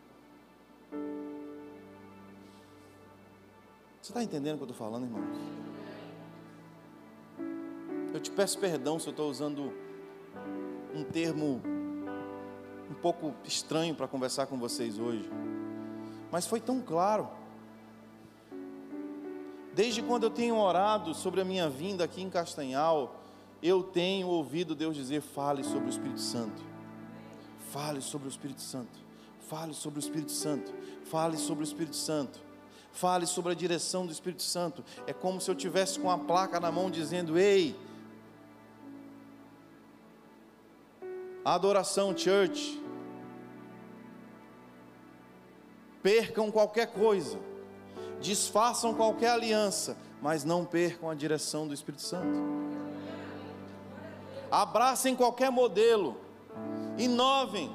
Speaker 1: Você está entendendo o que eu estou falando, irmãos? Eu te peço perdão se eu estou usando um termo um pouco estranho para conversar com vocês hoje, mas foi tão claro. Desde quando eu tenho orado sobre a minha vinda aqui em Castanhal, eu tenho ouvido Deus dizer: fale sobre o Espírito Santo, fale sobre o Espírito Santo, fale sobre o Espírito Santo, fale sobre o Espírito Santo, fale sobre a direção do Espírito Santo. É como se eu tivesse com a placa na mão dizendo: ei, adoração, church, percam qualquer coisa, desfaçam qualquer aliança, mas não percam a direção do Espírito Santo. Abracem qualquer modelo, inovem,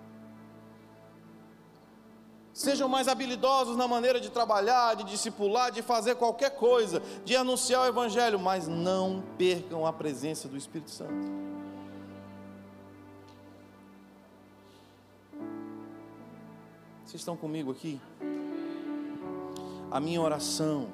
Speaker 1: sejam mais habilidosos na maneira de trabalhar, de discipular, de fazer qualquer coisa, de anunciar o Evangelho, mas não percam a presença do Espírito Santo. Vocês estão comigo aqui? A minha oração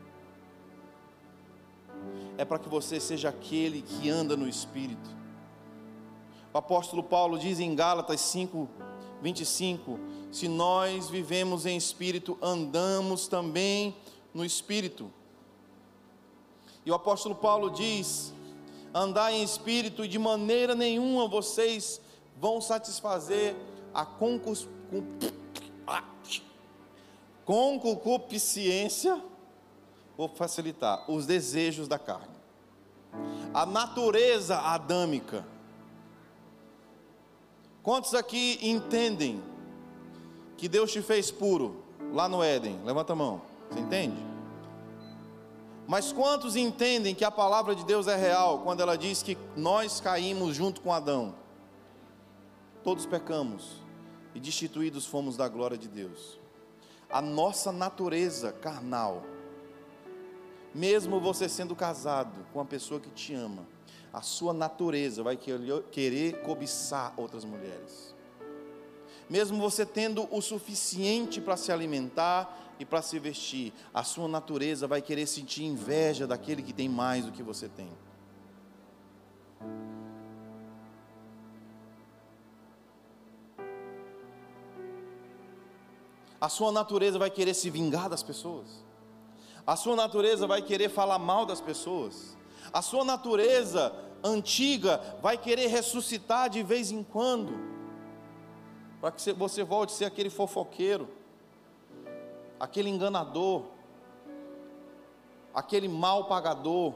Speaker 1: é para que você seja aquele que anda no Espírito. O apóstolo Paulo diz em Gálatas 5:25: se nós vivemos em Espírito, andamos também no Espírito. E o apóstolo Paulo diz: andar em Espírito, e de maneira nenhuma vocês vão satisfazer a concupiscência, vou facilitar, os desejos da carne, a natureza adâmica. Quantos aqui entendem que Deus te fez puro lá no Éden? Levanta a mão. Você entende? Mas quantos entendem que a palavra de Deus é real quando ela diz que nós caímos junto com Adão? Todos pecamos e destituídos fomos da glória de Deus. A nossa natureza carnal, mesmo você sendo casado com uma pessoa que te ama, a sua natureza vai querer cobiçar outras mulheres. Mesmo você tendo o suficiente para se alimentar e para se vestir, a sua natureza vai querer sentir inveja daquele que tem mais do que você tem. A sua natureza vai querer se vingar das pessoas. A sua natureza vai querer falar mal das pessoas. A sua natureza antiga vai querer ressuscitar de vez em quando, para que você volte a ser aquele fofoqueiro, aquele enganador, aquele mal pagador.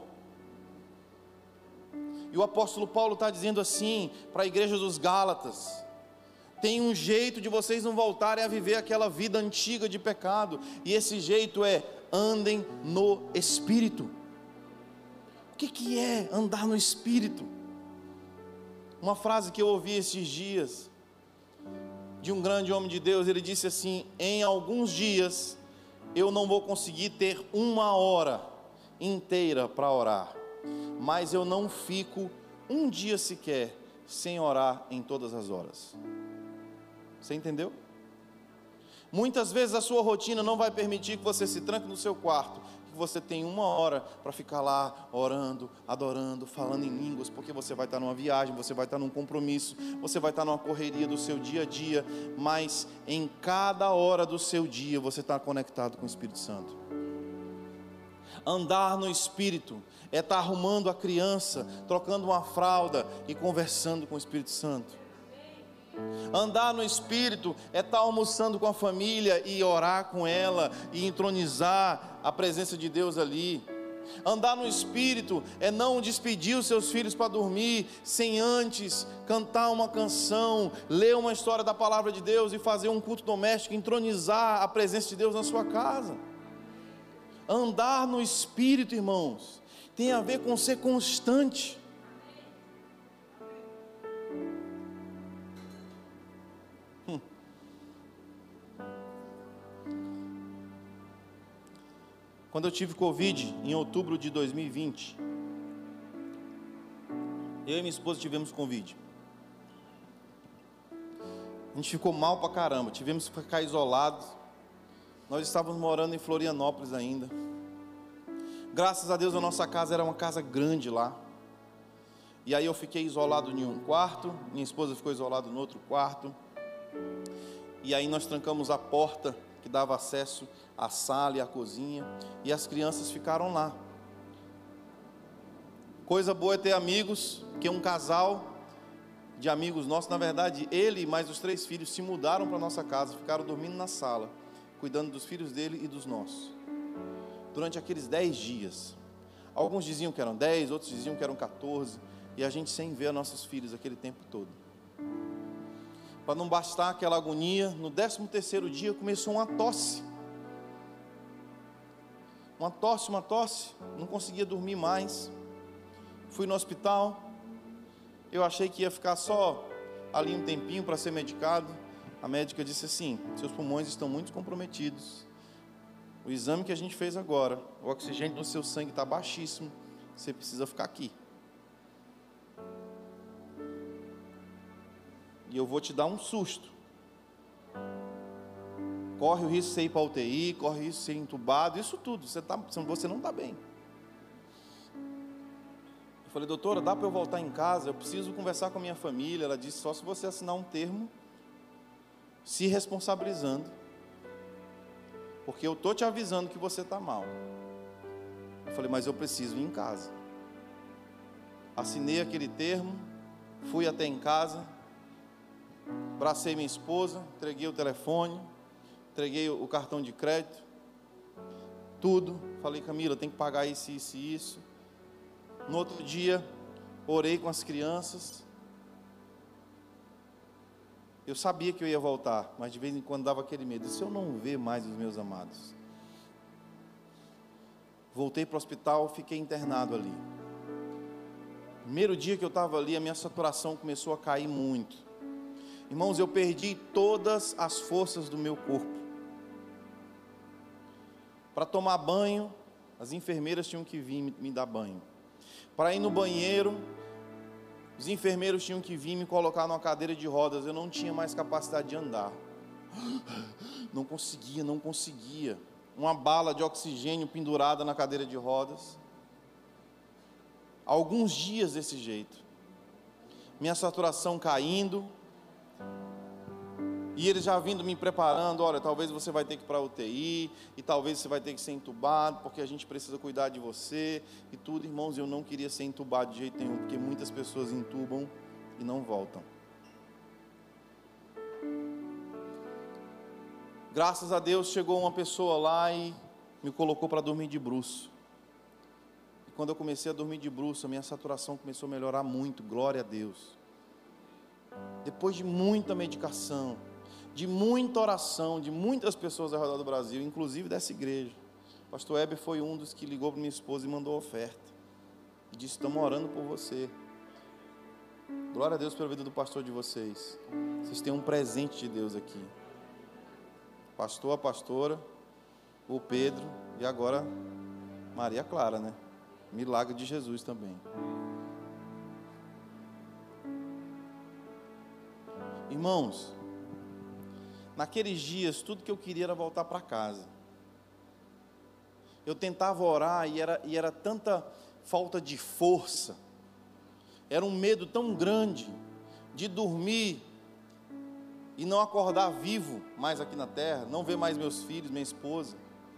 Speaker 1: E o apóstolo Paulo está dizendo assim para a igreja dos Gálatas: tem um jeito de vocês não voltarem a viver aquela vida antiga de pecado, e esse jeito é: andem no Espírito. O que é andar no Espírito? Uma frase que eu ouvi esses dias, de um grande homem de Deus, ele disse assim: em alguns dias, eu não vou conseguir ter 1 hora inteira para orar, mas eu não fico um dia sequer sem orar em todas as horas. Você entendeu? Muitas vezes a sua rotina não vai permitir que você se tranque no seu quarto, que você tenha 1 hora para ficar lá orando, adorando, falando em línguas, porque você vai estar numa viagem, você vai estar num compromisso, você vai estar numa correria do seu dia a dia, mas em cada hora do seu dia você está conectado com o Espírito Santo. Andar no Espírito é estar arrumando a criança, trocando uma fralda e conversando com o Espírito Santo. Andar no Espírito é estar almoçando com a família e orar com ela e entronizar a presença de Deus ali. Andar no Espírito é não despedir os seus filhos para dormir sem antes cantar uma canção, ler uma história da palavra de Deus e fazer um culto doméstico, entronizar a presença de Deus na sua casa. Andar no Espírito, irmãos, tem a ver com ser constante. Quando eu tive Covid, em outubro de 2020, eu e minha esposa tivemos Covid. A gente ficou mal pra caramba, tivemos que ficar isolados. Nós estávamos morando em Florianópolis ainda. Graças a Deus a nossa casa era uma casa grande lá. E aí eu fiquei isolado em um quarto, minha esposa ficou isolada no outro quarto. E aí nós trancamos a porta que dava acesso à sala e à cozinha, e as crianças ficaram lá. Coisa boa é ter amigos, que um casal de amigos nossos, na verdade, ele e mais os 3 filhos se mudaram para nossa casa, ficaram dormindo na sala, cuidando dos filhos dele e dos nossos, durante aqueles 10 dias. Alguns diziam que eram 10, outros diziam que eram 14, e a gente sem ver nossos filhos aquele tempo todo. Para não bastar aquela agonia, no 13º dia começou uma tosse. Uma tosse, não conseguia dormir mais. Fui no hospital, eu achei que ia ficar só ali um tempinho para ser medicado. A médica disse assim: seus pulmões estão muito comprometidos. O exame que a gente fez agora, o oxigênio no seu sangue está baixíssimo, você precisa ficar aqui. E eu vou te dar um susto. Corre o risco de você ir para a UTI, corre o risco de ser entubado, isso tudo, você não está bem. Eu falei: doutora, dá para eu voltar em casa? Eu preciso conversar com a minha família. Ela disse: só se você assinar um termo se responsabilizando, porque eu estou te avisando que você está mal. Eu falei: mas eu preciso ir em casa. Assinei aquele termo, fui até em casa, abracei minha esposa, entreguei o telefone, entreguei o cartão de crédito, tudo. Falei: Camila, tem que pagar isso, isso e isso. No outro dia, orei com as crianças. Eu sabia que eu ia voltar, mas de vez em quando dava aquele medo: e se eu não ver mais os meus amados? Voltei para o hospital, fiquei internado ali. Primeiro dia que eu estava ali, a minha saturação começou a cair muito. Irmãos, eu perdi todas as forças do meu corpo. Para tomar banho, as enfermeiras tinham que vir me dar banho. Para ir no banheiro, os enfermeiros tinham que vir me colocar numa cadeira de rodas. Eu não tinha mais capacidade de andar. Não conseguia. Uma bala de oxigênio pendurada na cadeira de rodas. Alguns dias desse jeito. Minha saturação caindo. E eles já vindo me preparando: olha, talvez você vai ter que ir para a UTI, e talvez você vai ter que ser entubado, porque a gente precisa cuidar de você, e tudo. Irmãos, eu não queria ser entubado de jeito nenhum, porque muitas pessoas entubam e não voltam. Graças a Deus chegou uma pessoa lá e me colocou para dormir de bruço. E quando eu comecei a dormir de bruço, a minha saturação começou a melhorar muito, glória a Deus. Depois de muita medicação, de muita oração, de muitas pessoas ao redor do Brasil, inclusive dessa igreja. O pastor Heber foi um dos que ligou para minha esposa e mandou oferta. E disse: estamos orando por você. Glória a Deus pela vida do pastor de vocês. Vocês têm um presente de Deus aqui. O pastor, a pastora, o Pedro e agora Maria Clara, né? Milagre de Jesus também. Irmãos, naqueles dias, tudo que eu queria era voltar para casa. Eu tentava orar e era tanta falta de força, era um medo tão grande de dormir e não acordar vivo mais aqui na terra, não ver mais meus filhos, minha esposa.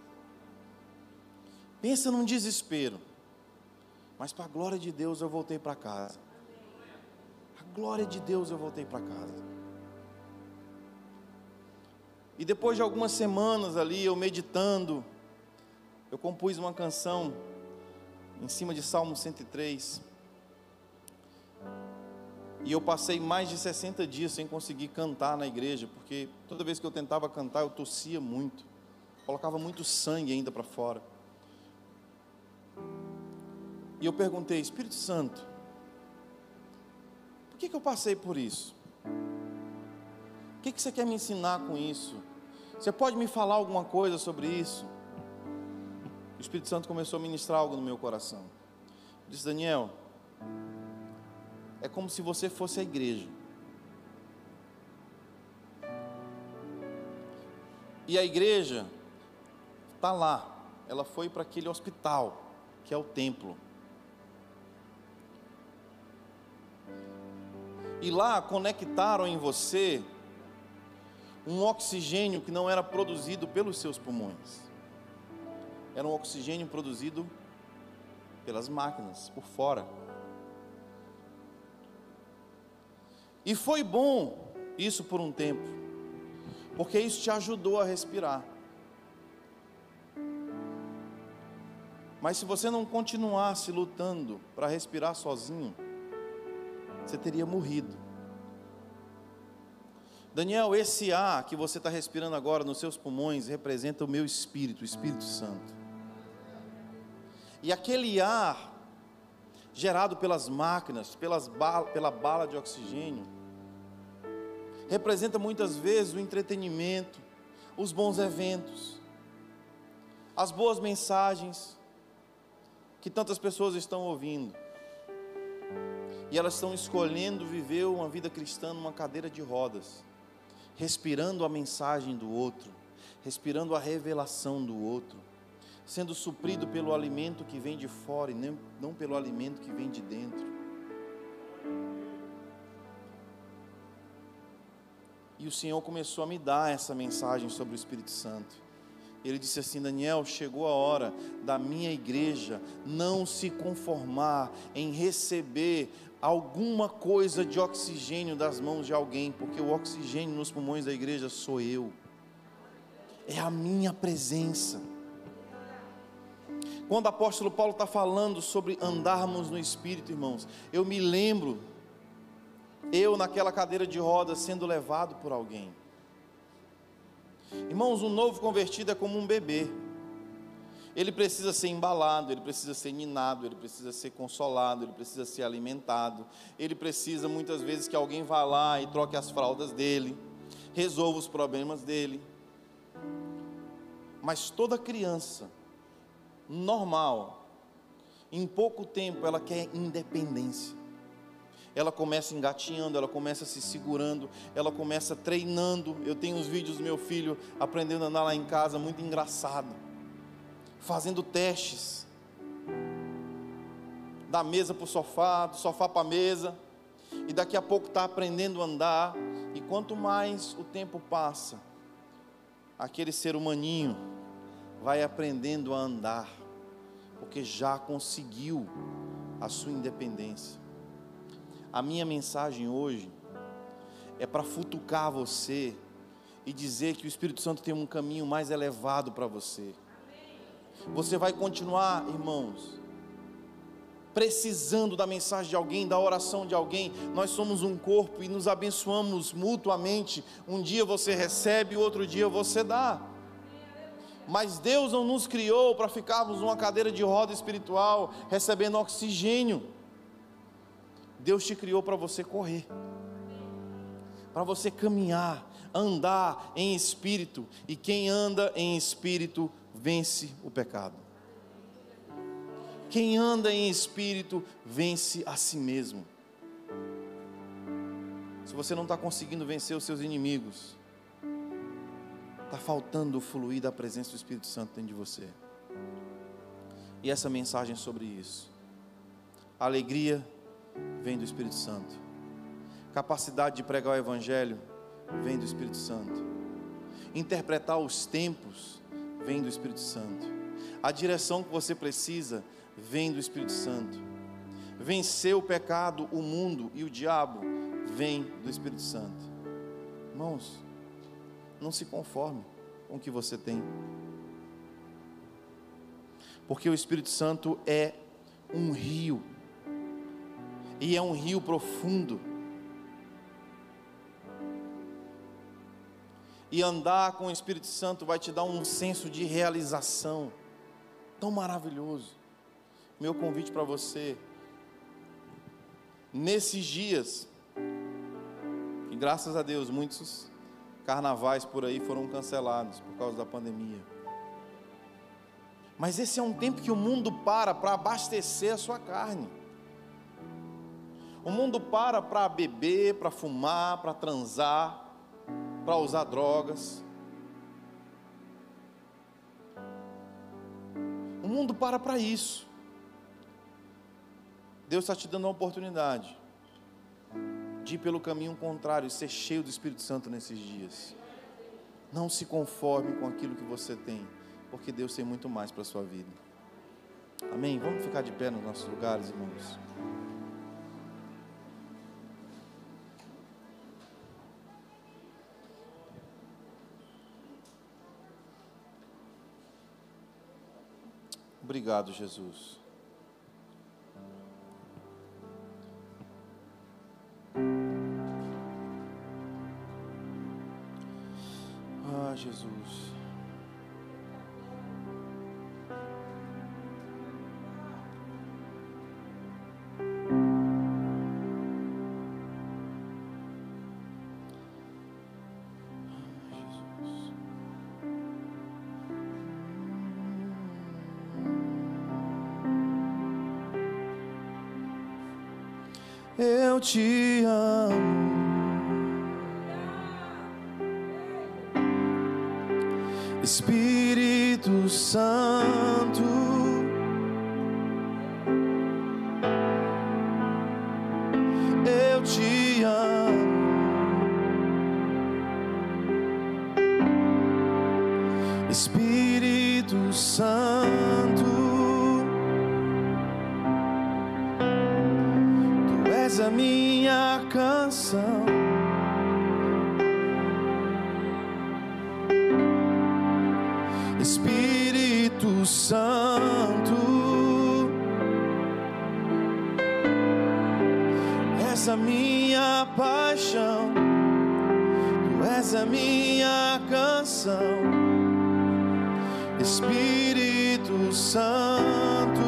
Speaker 1: Pensa num desespero, mas para a glória de Deus eu voltei para casa. A glória de Deus eu voltei para casa. E depois de algumas semanas ali, eu meditando, eu compus uma canção em cima de Salmo 103. E eu passei mais de 60 dias sem conseguir cantar na igreja, porque toda vez que eu tentava cantar, eu tossia muito, colocava muito sangue ainda para fora. E eu perguntei: Espírito Santo, por que eu passei por isso? O que você quer me ensinar com isso? Você pode me falar alguma coisa sobre isso? o Espírito Santo começou a ministrar algo no meu coração. Ele disse: Daniel, é como se você fosse a igreja. E a igreja está lá. Ela foi para aquele hospital, que é o templo. E lá conectaram em você um oxigênio que não era produzido pelos seus pulmões. Era um oxigênio produzido pelas máquinas, por fora. E foi bom isso por um tempo, porque isso te ajudou a respirar. Mas se você não continuasse lutando para respirar sozinho, você teria morrido. Daniel, esse ar que você está respirando agora nos seus pulmões representa o meu espírito, o Espírito Santo. E aquele ar gerado pelas máquinas, pela bala de oxigênio, representa muitas vezes o entretenimento, os bons eventos, as boas mensagens que tantas pessoas estão ouvindo. E elas estão escolhendo viver uma vida cristã numa cadeira de rodas, respirando a mensagem do outro, respirando a revelação do outro, sendo suprido pelo alimento que vem de fora e não pelo alimento que vem de dentro. E o Senhor começou a me dar essa mensagem sobre o Espírito Santo. Ele disse assim: Daniel, chegou a hora da minha igreja não se conformar em receber alguma coisa de oxigênio das mãos de alguém, porque o oxigênio nos pulmões da igreja sou eu, é a minha presença. Quando o apóstolo Paulo está falando sobre andarmos no Espírito, irmãos, eu me lembro, eu naquela cadeira de rodas sendo levado por alguém. Irmãos, um novo convertido é como um bebê. Ele precisa ser embalado, ele precisa ser ninado, ele precisa ser consolado, ele precisa ser alimentado. Ele precisa muitas vezes que alguém vá lá e troque as fraldas dele, resolva os problemas dele. Mas toda criança normal, em pouco tempo ela quer independência. Ela começa engatinhando, ela começa se segurando, ela começa treinando. Eu tenho uns vídeos do meu filho aprendendo a andar lá em casa, muito engraçado, fazendo testes, da mesa para o sofá, do sofá para a mesa, e daqui a pouco está aprendendo a andar. E quanto mais o tempo passa, aquele ser humaninho vai aprendendo a andar, porque já conseguiu a sua independência. A minha mensagem hoje é para futucar você e dizer que o Espírito Santo tem um caminho mais elevado para você. Você vai continuar, irmãos, precisando da mensagem de alguém, da oração de alguém. Nós somos um corpo e nos abençoamos mutuamente. Um dia você recebe, outro dia você dá. Mas Deus não nos criou para ficarmos numa cadeira de roda espiritual, recebendo oxigênio. Deus te criou para você correr, para você caminhar, andar em espírito. E quem anda em espírito vence o pecado. Quem anda em espírito vence a si mesmo. Se você não está conseguindo vencer os seus inimigos, está faltando o fluir da presença do Espírito Santo dentro de você. E essa mensagem é sobre isso. A alegria vem do Espírito Santo. Capacidade de pregar o Evangelho vem do Espírito Santo. Interpretar os tempos vem do Espírito Santo. A direção que você precisa vem do Espírito Santo. Vencer o pecado, o mundo e o diabo vem do Espírito Santo. Irmãos, não se conforme com o que você tem, porque o Espírito Santo é um rio, e é um rio profundo. E andar com o Espírito Santo vai te dar um senso de realização tão maravilhoso. Meu convite para você, nesses dias, e graças a Deus muitos carnavais por aí foram cancelados por causa da pandemia. Mas esse é um tempo que o mundo para abastecer a sua carne. O mundo para beber, para fumar, para transar, para usar drogas. O mundo para isso. Deus está te dando a oportunidade de ir pelo caminho contrário e ser cheio do Espírito Santo nesses dias. Não se conforme com aquilo que você tem, porque Deus tem muito mais para a sua vida. Amém? Vamos ficar de pé nos nossos lugares, irmãos. Obrigado, Jesus. Ah, Jesus. Eu te amo, Espírito Santo. Eu te amo, Espírito Santo. A minha canção, Espírito Santo, és a minha paixão, tu és a minha canção, Espírito Santo.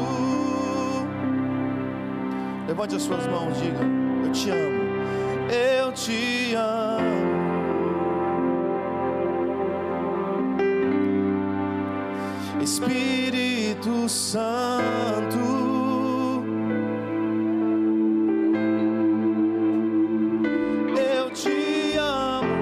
Speaker 1: Levante as suas mãos, diga: eu te amo, eu te amo, Espírito Santo. Eu te amo,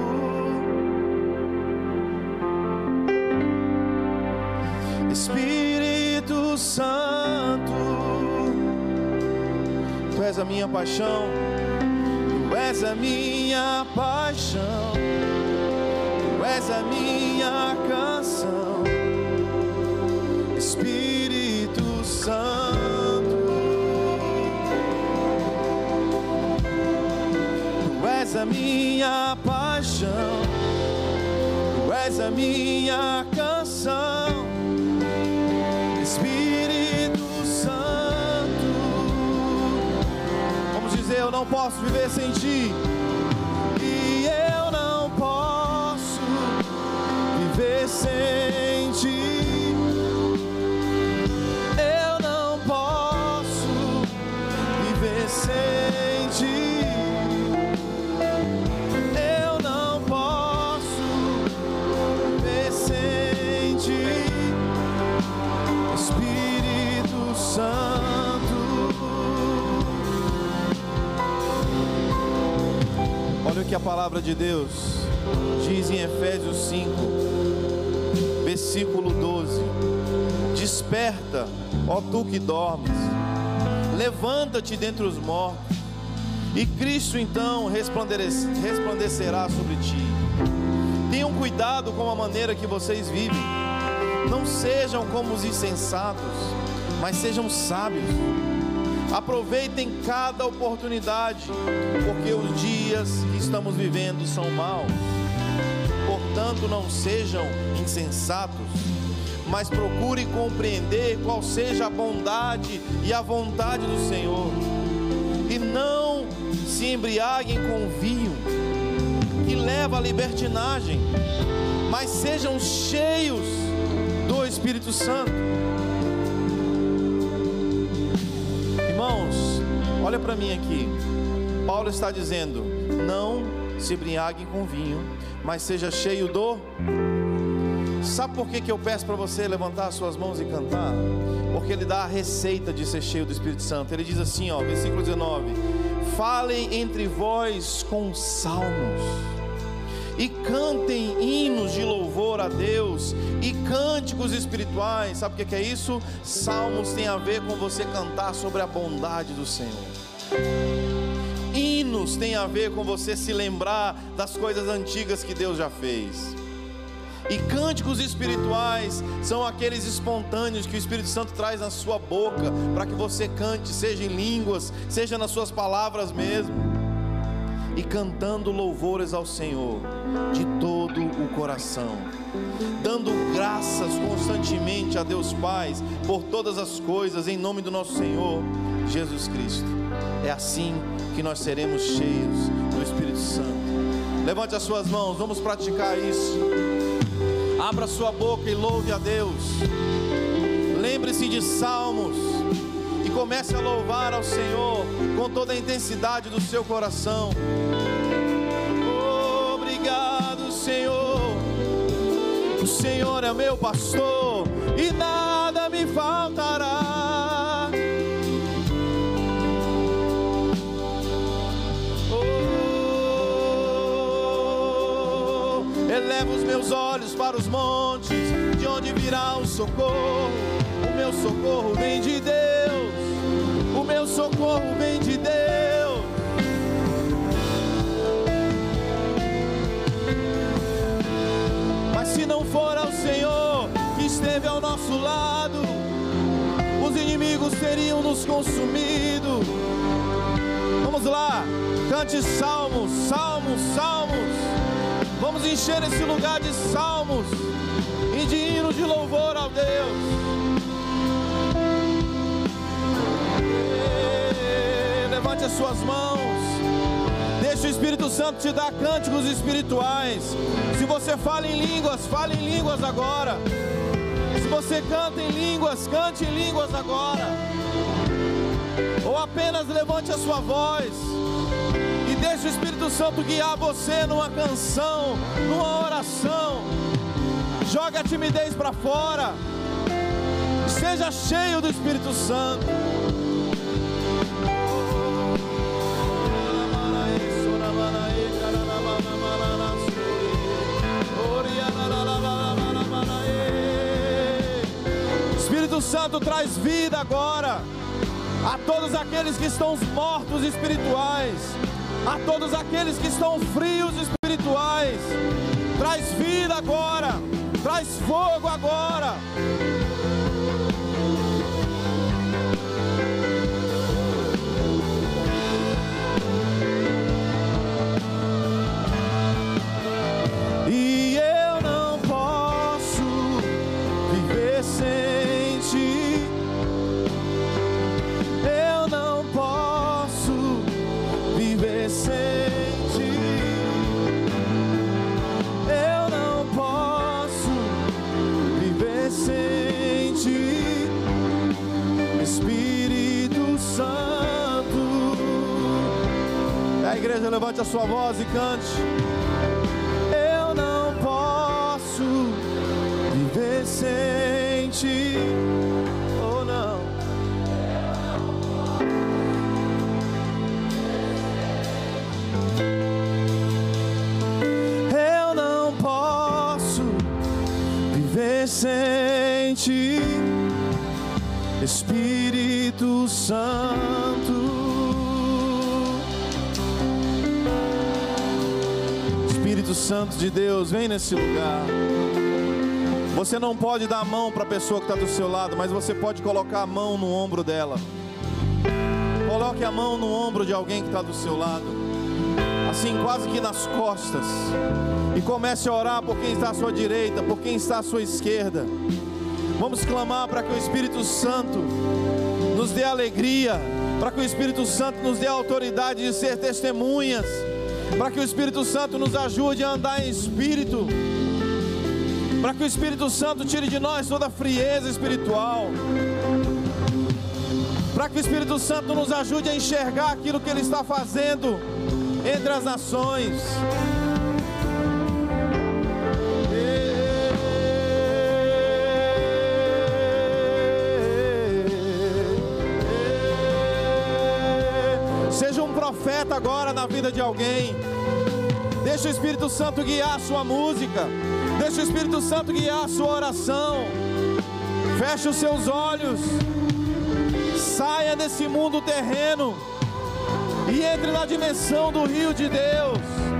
Speaker 1: Espírito Santo. Tu és a minha paixão, tu és a minha paixão, tu és a minha canção, Espírito Santo. Tu és a minha paixão, tu és a minha canção, Espírito Santo. Vamos dizer: eu não posso viver sem ti. E eu não posso viver sem ti. Eu não posso viver sem ti. Eu não posso viver sem ti. Espírito Santo. Olha o que a palavra de Deus diz em Efésios 5, versículo 12: desperta, ó tu que dormes, levanta-te dentre os mortos, e Cristo então resplandecerá sobre ti. Tenham cuidado com a maneira que vocês vivem. Não sejam como os insensatos, mas sejam sábios. Aproveitem cada oportunidade, porque os dias que estamos vivendo são maus. Portanto, não sejam insensatos, mas procure compreender qual seja a bondade e a vontade do Senhor. E não se embriaguem com vinho, que leva à libertinagem, mas sejam cheios do Espírito Santo. Irmãos, olha para mim aqui. Paulo está dizendo: não se embriaguem com vinho, mas seja cheio do Sabe por que eu peço para você levantar as suas mãos e cantar? Porque Ele dá a receita de ser cheio do Espírito Santo. Ele diz assim, ó, versículo 19: falem entre vós com salmos, e cantem hinos de louvor a Deus, e cânticos espirituais. Sabe o que é isso? Salmos tem a ver com você cantar sobre a bondade do Senhor. Hinos tem a ver com você se lembrar das coisas antigas que Deus já fez. E cânticos espirituais são aqueles espontâneos que o Espírito Santo traz na sua boca, para que você cante, seja em línguas, seja nas suas palavras mesmo, e cantando louvores ao Senhor de todo o coração, dando graças constantemente a Deus Pai por todas as coisas, em nome do nosso Senhor Jesus Cristo. É assim que nós seremos cheios do Espírito Santo. Levante as suas mãos, vamos praticar isso. Abra sua boca e louve a Deus. Lembre-se de salmos e comece a louvar ao Senhor com toda a intensidade do seu coração. Obrigado, Senhor. O Senhor é meu pastor e nada me faltará. Eleva os meus olhos para os montes, de onde virá o socorro. O meu socorro vem de Deus, o meu socorro vem de Deus. Mas se não for ao Senhor que esteve ao nosso lado, os inimigos teriam nos consumido. Vamos lá, cante salmos, salmos, salmos. Vamos encher esse lugar de salmos e de hinos de louvor ao Deus. Levante as suas mãos. Deixe o Espírito Santo te dar cânticos espirituais. Se você fala em línguas agora. Se você canta em línguas, cante em línguas agora. Ou apenas levante a sua voz e deixe o Espírito Santo guiar você numa canção, numa oração. Joga a timidez para fora. Seja cheio do Espírito Santo. Espírito Santo traz vida agora a todos aqueles que estão mortos espirituais, a todos aqueles que estão frios espirituais. Traz vida agora, traz fogo agora. E eu não posso viver sem ti. Eu não posso viver sem ti. Eu não posso viver sem ti. Espírito Santo. A igreja, levante a sua voz e cante. Eu não posso viver sem ti. Oh, não. Eu não posso viver sem ti, Espírito Santo. Espírito Santo de Deus, vem nesse lugar. Você não pode dar a mão para a pessoa que está do seu lado, mas você pode colocar a mão no ombro dela. Coloque a mão no ombro de alguém que está do seu lado, assim quase que nas costas, e comece a orar por quem está à sua direita, por quem está à sua esquerda. Vamos clamar para que o Espírito Santo nos dê alegria, para que o Espírito Santo nos dê a autoridade de ser testemunhas, para que o Espírito Santo nos ajude a andar em espírito, para que o Espírito Santo tire de nós toda a frieza espiritual, para que o Espírito Santo nos ajude a enxergar aquilo que Ele está fazendo entre as nações. afeta agora na vida de alguém. Deixa o Espírito Santo guiar a sua música. Deixa o Espírito Santo guiar a sua oração. Feche os seus olhos. Saia desse mundo terreno e entre na dimensão do rio de Deus.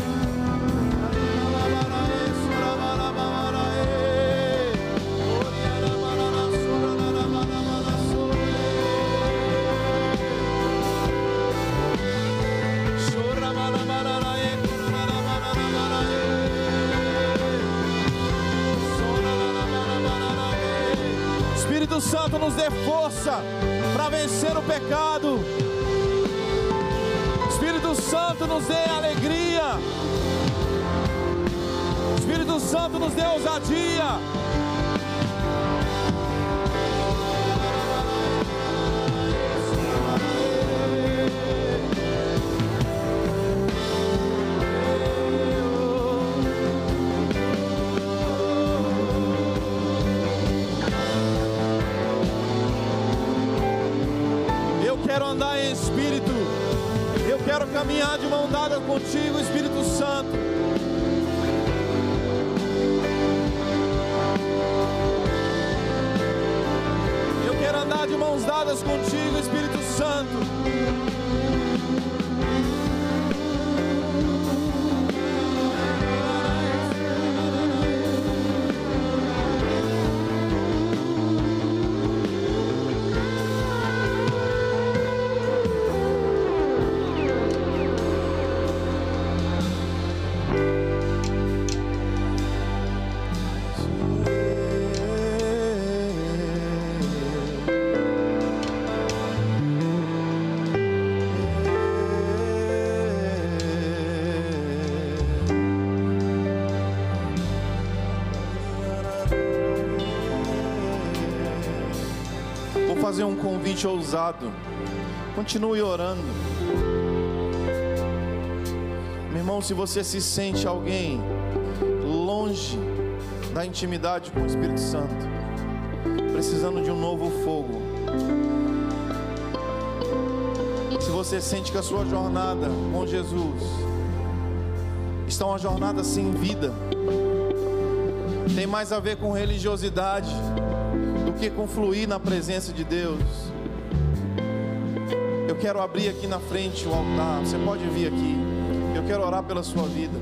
Speaker 1: Espírito Santo, nos dê força para vencer o pecado. Espírito Santo, nos dê alegria. Espírito Santo, nos dê ousadia. Eu quero andar em espírito. Eu quero caminhar de mão dada contigo, Espírito Santo. Eu quero andar de mãos dadas contigo, Espírito Santo. Fazer um convite ousado. Continue orando. Meu irmão, se você se sente alguém longe da intimidade com o Espírito Santo, precisando de um novo fogo, se você sente que a sua jornada com Jesus está uma jornada sem vida, tem mais a ver com religiosidade do que com fluir na presença de Deus, eu quero abrir aqui na frente o altar. Você pode vir aqui. Eu quero orar pela sua vida.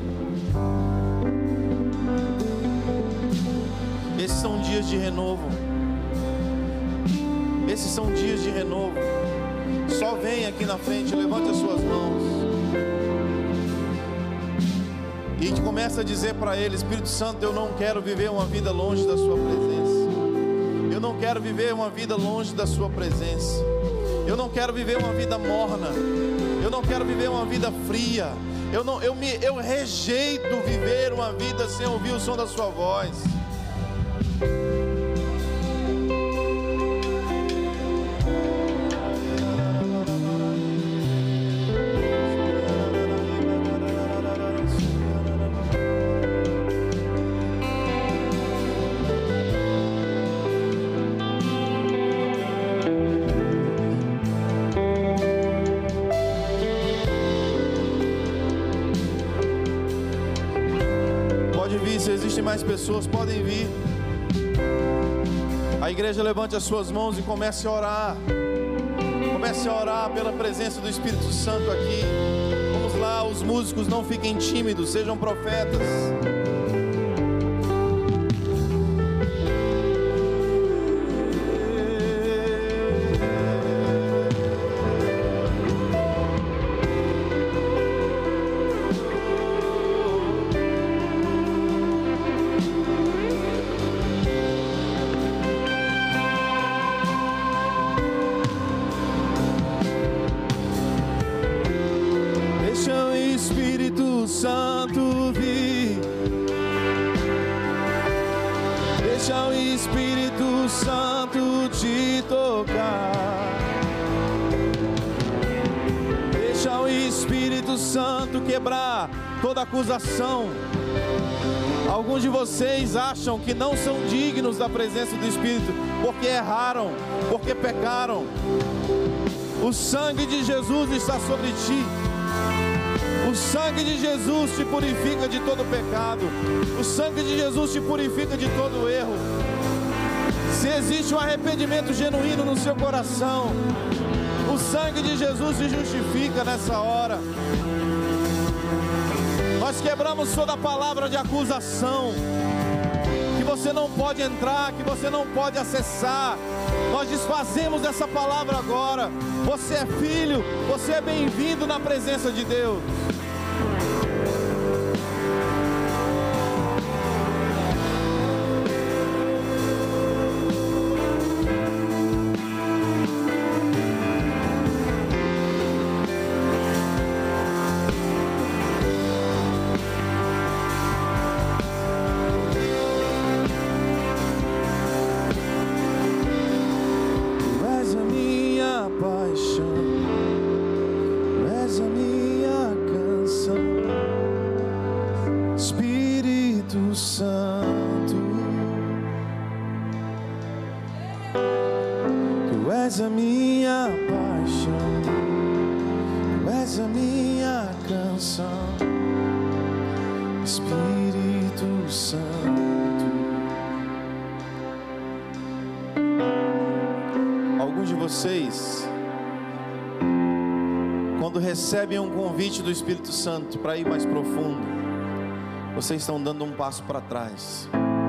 Speaker 1: Esses são dias de renovo. Esses são dias de renovo. Só vem aqui na frente, levante as suas mãos e a gente começa a dizer para Ele: Espírito Santo, eu não quero viver uma vida longe da sua presença. Eu não quero viver uma vida longe da sua presença. Eu não quero viver uma vida morna. Eu não quero viver uma vida fria. Eu rejeito viver uma vida sem ouvir o som da sua voz. Se existem mais pessoas, podem vir. A igreja levante as suas mãos e comece a orar. Comece a orar pela presença do Espírito Santo aqui. Vamos lá, os músicos, não fiquem tímidos, sejam profetas. Santo vir, deixa o Espírito Santo te tocar, deixa o Espírito Santo quebrar toda acusação. Alguns de vocês acham que não são dignos da presença do Espírito, porque erraram, porque pecaram. O sangue de Jesus está sobre ti. O sangue de Jesus te purifica de todo pecado. O sangue de Jesus te purifica de todo erro. Se existe um arrependimento genuíno no seu coração, o sangue de Jesus te justifica nessa hora. Nós quebramos toda palavra de acusação, que você não pode entrar, que você não pode acessar. Nós desfazemos dessa palavra agora. Você é filho, você é bem-vindo na presença de Deus.
Speaker 2: és a minha paixão, tu és a minha canção, Espírito Santo.
Speaker 1: Alguns de vocês, quando recebem um convite do Espírito Santo para ir mais profundo, vocês estão dando um passo para trás.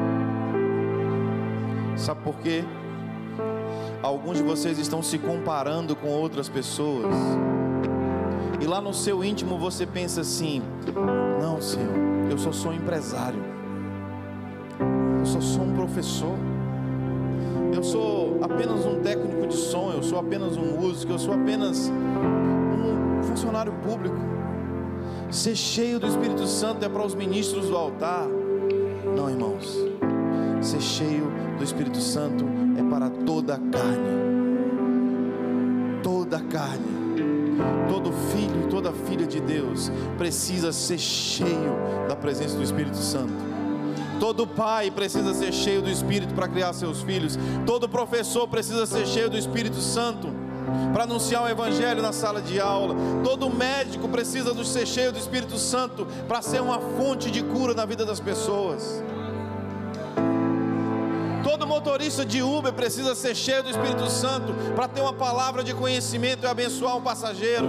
Speaker 1: Sabe por quê? Alguns de vocês estão se comparando com outras pessoas, e lá no seu íntimo você pensa assim: não, Senhor, eu só sou um empresário, eu só sou um professor, eu sou apenas um técnico de som, eu sou apenas um músico, eu sou apenas um funcionário público. Ser cheio do Espírito Santo é para os ministros do altar. Não, irmãos, ser cheio do Espírito Santo é para toda a carne. Toda a carne. Todo filho e toda filha de Deus precisa ser cheio da presença do Espírito Santo. Todo pai precisa ser cheio do Espírito para criar seus filhos. Todo professor precisa ser cheio do Espírito Santo para anunciar o Evangelho na sala de aula. Todo médico precisa ser cheio do Espírito Santo para ser uma fonte de cura na vida das pessoas. Todo motorista de Uber precisa ser cheio do Espírito Santo para ter uma palavra de conhecimento e abençoar um passageiro.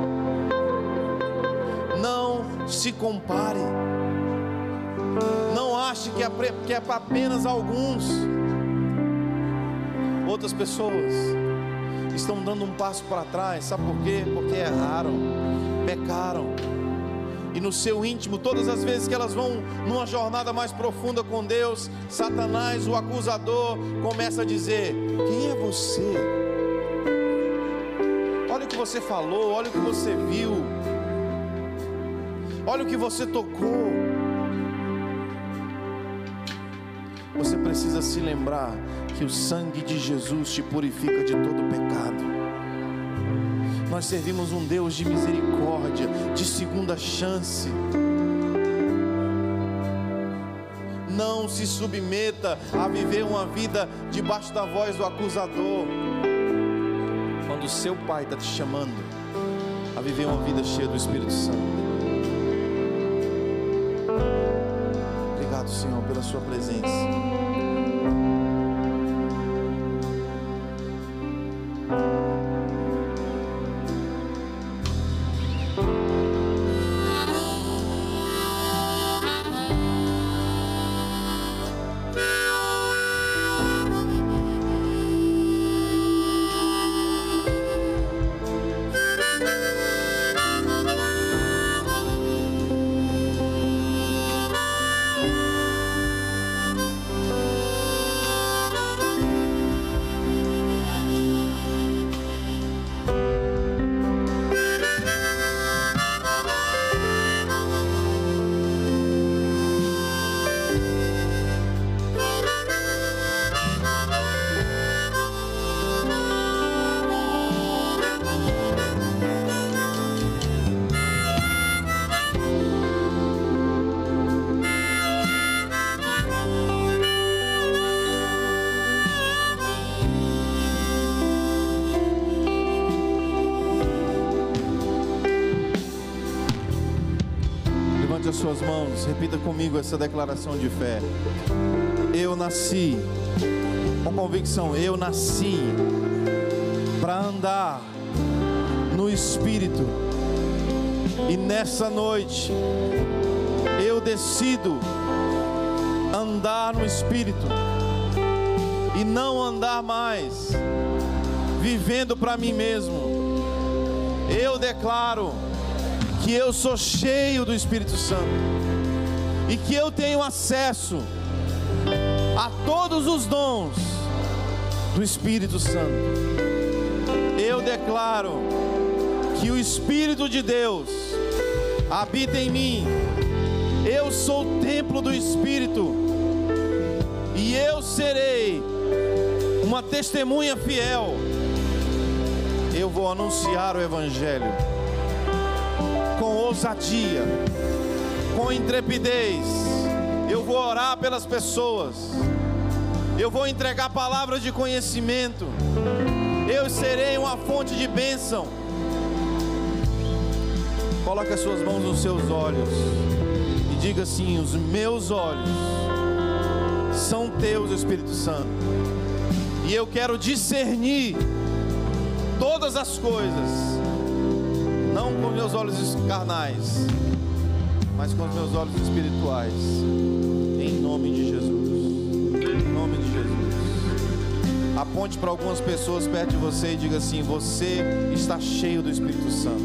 Speaker 1: Não se compare. Não ache que é para apenas alguns. Outras pessoas estão dando um passo para trás. Sabe por quê? Porque erraram, pecaram. E no seu íntimo, todas as vezes que elas vão numa jornada mais profunda com Deus, Satanás, o acusador, começa a dizer: quem é você? Olha o que você falou, olha o que você viu, olha o que você tocou. Você precisa se lembrar que o sangue de Jesus te purifica de todo pecado. Nós servimos um Deus de misericórdia, de segunda chance. Não se submeta a viver uma vida debaixo da voz do acusador, quando o seu Pai está te chamando a viver uma vida cheia do Espírito Santo. Obrigado, Senhor, pela sua presença. Levante as suas mãos, repita comigo essa declaração de fé. Eu nasci, com convicção, eu nasci para andar no Espírito. E nessa noite, eu decido andar no Espírito e não andar mais vivendo para mim mesmo. Eu declaro que eu sou cheio do Espírito Santo e que eu tenho acesso a todos os dons do Espírito Santo. Eu declaro que o Espírito de Deus habita em mim. Eu sou o templo do Espírito e eu serei uma testemunha fiel. Eu vou anunciar o Evangelho com ousadia, com intrepidez. Eu vou orar pelas pessoas. Eu vou entregar palavras de conhecimento. Eu serei uma fonte de bênção. Coloque as suas mãos nos seus olhos e diga assim: os meus olhos são teus, Espírito Santo, e eu quero discernir todas as coisas, não com meus olhos carnais, mas com os meus olhos espirituais, em nome de Jesus. Em nome de Jesus. Aponte para algumas pessoas perto de você e diga assim: você está cheio do Espírito Santo.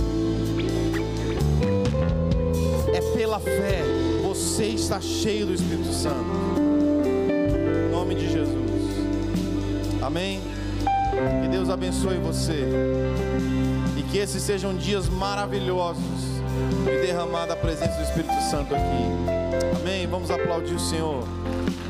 Speaker 1: É pela fé, você está cheio do Espírito Santo. Em nome de Jesus. Amém. Que Deus abençoe você e que esses sejam dias maravilhosos de derramar da presença do Espírito Santo aqui. Amém. Vamos aplaudir o Senhor.